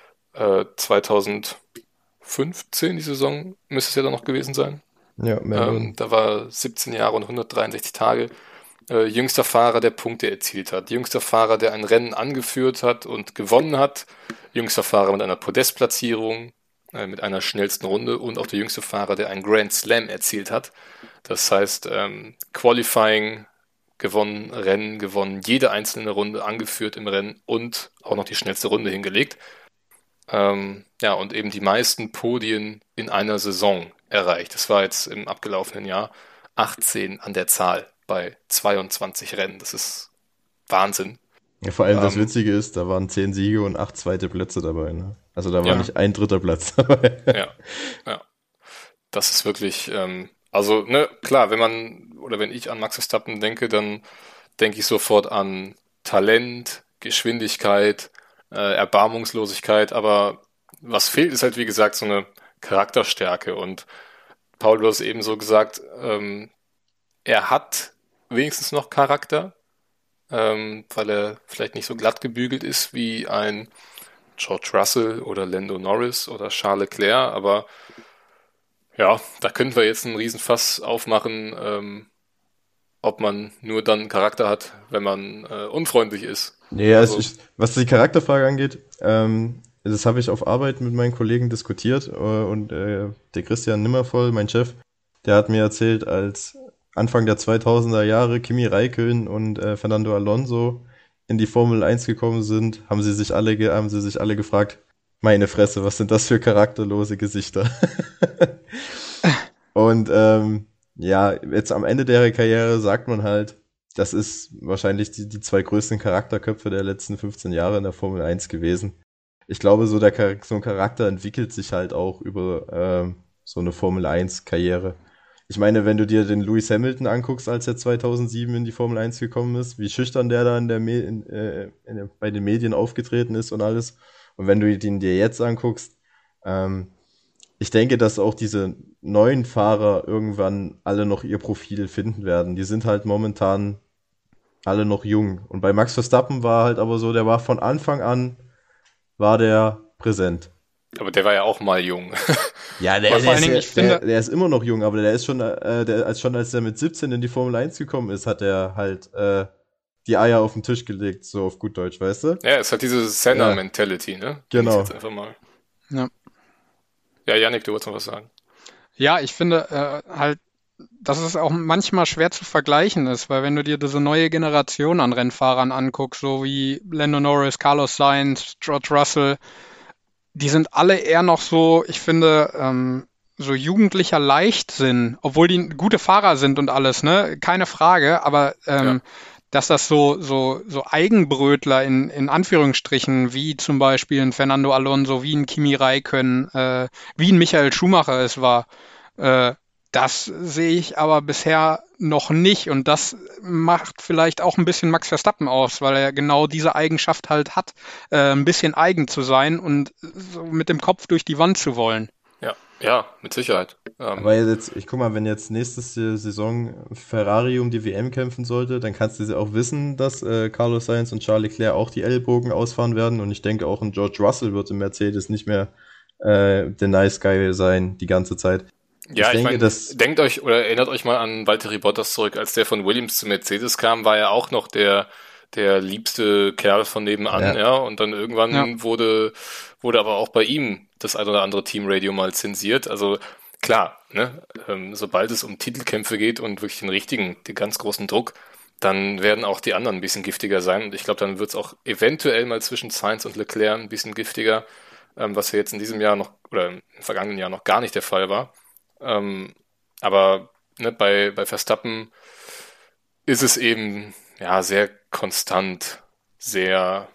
2015, die Saison, müsste es ja dann noch gewesen sein. Ja, Melbourne. Da war 17 Jahre und 163 Tage. Jüngster Fahrer, der Punkte erzielt hat. Jüngster Fahrer, der ein Rennen angeführt hat und gewonnen hat. Jüngster Fahrer mit einer Podestplatzierung, mit einer schnellsten Runde und auch der jüngste Fahrer, der einen Grand Slam erzielt hat. Das heißt, Qualifying gewonnen, Rennen gewonnen, jede einzelne Runde angeführt im Rennen und auch noch die schnellste Runde hingelegt. Ja, und eben die meisten Podien in einer Saison erreicht. Das war jetzt im abgelaufenen Jahr 18 an der Zahl bei 22 Rennen. Das ist Wahnsinn. Ja, vor allem das Ähm, Witzige ist, da waren 10 Siege und 8 zweite Plätze dabei, ne? Also da war ja, nicht ein dritter Platz dabei. ja, ja. Das ist wirklich, also, ne, klar, wenn man oder wenn ich an Max Verstappen denke, dann denke ich sofort an Talent, Geschwindigkeit, Erbarmungslosigkeit, aber was fehlt, ist halt, wie gesagt, so eine Charakterstärke. Und Paul, du hast eben so gesagt, er hat wenigstens noch Charakter, weil er vielleicht nicht so glatt gebügelt ist wie ein George Russell oder Lando Norris oder Charles Leclerc, aber ja, da könnten wir jetzt einen Riesenfass aufmachen, ob man nur dann Charakter hat, wenn man unfreundlich ist. Nee, Also, was die Charakterfrage angeht, das habe ich auf Arbeit mit meinen Kollegen diskutiert und der Christian Nimmervoll, mein Chef, der hat mir erzählt, als Anfang der 2000er Jahre Kimi Räikkönen und Fernando Alonso in die Formel 1 gekommen sind, haben sie sich alle gefragt, meine Fresse, was sind das für charakterlose Gesichter? Und ja, jetzt am Ende der Karriere sagt man halt, das ist wahrscheinlich die zwei größten Charakterköpfe der letzten 15 Jahre in der Formel 1 gewesen. Ich glaube, so ein Charakter entwickelt sich halt auch über so eine Formel 1 Karriere. Ich meine, wenn du dir den Lewis Hamilton anguckst, als er 2007 in die Formel 1 gekommen ist, wie schüchtern der da bei den Medien aufgetreten ist und alles. Und wenn du ihn dir jetzt anguckst, ich denke, dass auch diese neuen Fahrer irgendwann alle noch ihr Profil finden werden. Die sind halt momentan alle noch jung. Und bei Max Verstappen war halt aber so, der war von Anfang an, war der präsent. Aber der war ja auch mal jung. Ja, der ist immer noch jung, aber der ist schon, als er mit 17 in die Formel 1 gekommen ist, hat er halt die Eier auf den Tisch gelegt, so auf gut Deutsch, weißt du? Ja, es hat diese Senna-Mentality, ne? Genau. Jetzt einfach mal. Ja. Ja, Yannick, du wolltest noch was sagen. Ja, ich finde halt, dass es auch manchmal schwer zu vergleichen ist, weil wenn du dir diese neue Generation an Rennfahrern anguckst, so wie Lando Norris, Carlos Sainz, George Russell, die sind alle eher noch so, ich finde, so jugendlicher Leichtsinn, obwohl die gute Fahrer sind und alles, ne? Keine Frage, aber dass das so Eigenbrötler in Anführungsstrichen, wie zum Beispiel ein Fernando Alonso, wie ein Kimi Räikkönen, wie ein Michael Schumacher es war, das sehe ich aber bisher noch nicht. Und das macht vielleicht auch ein bisschen Max Verstappen aus, weil er genau diese Eigenschaft halt hat, ein bisschen eigen zu sein und so mit dem Kopf durch die Wand zu wollen. Ja, mit Sicherheit. Aber jetzt, guck mal, wenn jetzt nächste Saison Ferrari um die WM kämpfen sollte, dann kannst du auch wissen, dass Carlos Sainz und Charles Leclerc auch die Ellbogen ausfahren werden. Und ich denke, auch ein George Russell wird im Mercedes nicht mehr der Nice Guy sein die ganze Zeit. Ja, ich meine, denkt euch oder erinnert euch mal an Valtteri Bottas zurück, als der von Williams zu Mercedes kam, war er auch noch der liebste Kerl von nebenan, ja, und dann irgendwann wurde aber auch bei ihm das ein oder andere Teamradio mal zensiert. Also klar, ne, sobald es um Titelkämpfe geht und wirklich den ganz großen Druck, dann werden auch die anderen ein bisschen giftiger sein. Und ich glaube, dann wird es auch eventuell mal zwischen Sainz und Leclerc ein bisschen giftiger, was ja jetzt in diesem Jahr noch oder im vergangenen Jahr noch gar nicht der Fall war. Aber ne, bei Verstappen ist es eben ja sehr konstant, sehr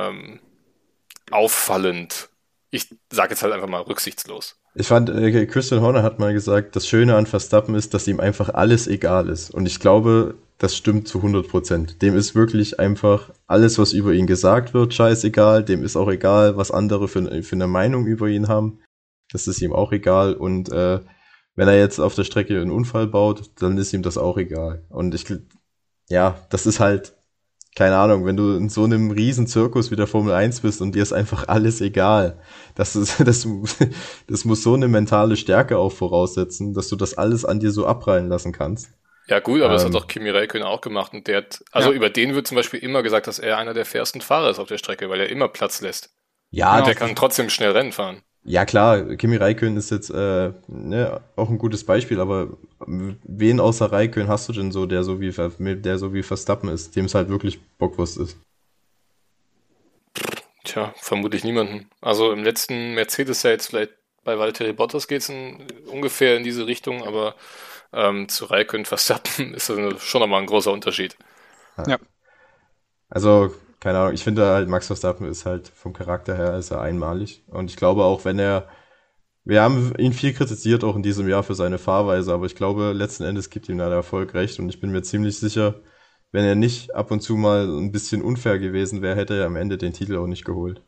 auffallend. Ich sage jetzt halt einfach mal rücksichtslos. Ich fand, Christian Horner hat mal gesagt, das Schöne an Verstappen ist, dass ihm einfach alles egal ist. Und ich glaube, das stimmt zu 100%. Dem ist wirklich einfach alles, was über ihn gesagt wird, scheißegal. Dem ist auch egal, was andere für eine Meinung über ihn haben. Das ist ihm auch egal. Und wenn er jetzt auf der Strecke einen Unfall baut, dann ist ihm das auch egal. Und das ist halt, keine Ahnung, wenn du in so einem riesen Zirkus wie der Formel 1 bist und dir ist einfach alles egal. Das muss so eine mentale Stärke auch voraussetzen, dass du das alles an dir so abprallen lassen kannst. Ja gut, aber das hat doch Kimi Räikkönen auch gemacht und über den wird zum Beispiel immer gesagt, dass er einer der fairsten Fahrer ist auf der Strecke, weil er immer Platz lässt. Ja. Und der kann trotzdem schnell Rennen fahren. Ja klar, Kimi Räikkönen ist jetzt auch ein gutes Beispiel, aber wen außer Räikkönen hast du denn so, der so wie Verstappen ist, dem es halt wirklich Bockwurst ist? Tja, vermutlich niemanden. Also im letzten Mercedes ja jetzt vielleicht bei Valtteri Bottas geht es ungefähr in diese Richtung, aber zu Räikkönen Verstappen ist das schon nochmal ein großer Unterschied. Ja. Also keine Ahnung, ich finde halt, Max Verstappen ist halt vom Charakter her ist er einmalig. Und ich glaube auch, wir haben ihn viel kritisiert, auch in diesem Jahr für seine Fahrweise, aber ich glaube, letzten Endes gibt ihm da der Erfolg recht und ich bin mir ziemlich sicher, wenn er nicht ab und zu mal ein bisschen unfair gewesen wäre, hätte er am Ende den Titel auch nicht geholt.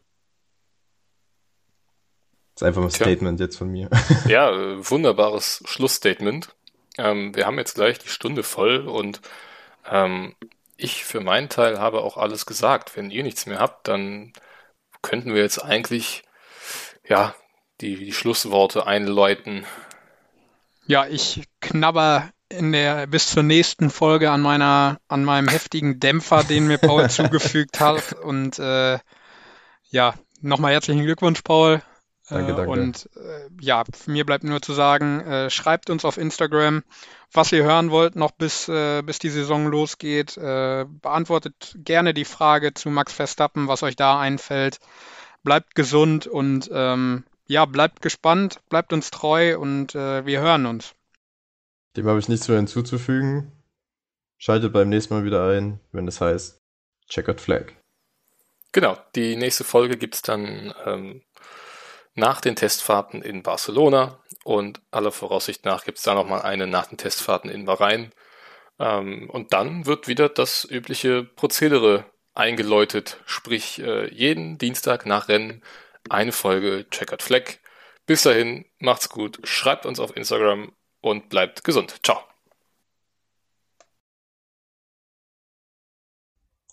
Das ist einfach ein Statement jetzt von mir. Ja, wunderbares Schlussstatement. Wir haben jetzt gleich die Stunde voll und ich für meinen Teil habe auch alles gesagt. Wenn ihr nichts mehr habt, dann könnten wir jetzt eigentlich die Schlussworte einläuten. Ja, ich knabber bis zur nächsten Folge an meinem heftigen Dämpfer, den mir Paul zugefügt hat und Nochmal herzlichen Glückwunsch, Paul. Danke. Und ja, mir bleibt nur zu sagen, schreibt uns auf Instagram, was ihr hören wollt, noch bis die Saison losgeht. Beantwortet gerne die Frage zu Max Verstappen, was euch da einfällt. Bleibt gesund und ja, bleibt gespannt, bleibt uns treu und wir hören uns. Dem habe ich nichts mehr hinzuzufügen. Schaltet beim nächsten Mal wieder ein, wenn es heißt Checkered Flag. Genau, die nächste Folge gibt's dann nach den Testfahrten in Barcelona und aller Voraussicht nach gibt's da nochmal eine nach den Testfahrten in Bahrain. Und dann wird wieder das übliche Prozedere eingeläutet, sprich jeden Dienstag nach Rennen eine Folge Checkered Flag. Bis dahin, macht's gut, schreibt uns auf Instagram und bleibt gesund. Ciao.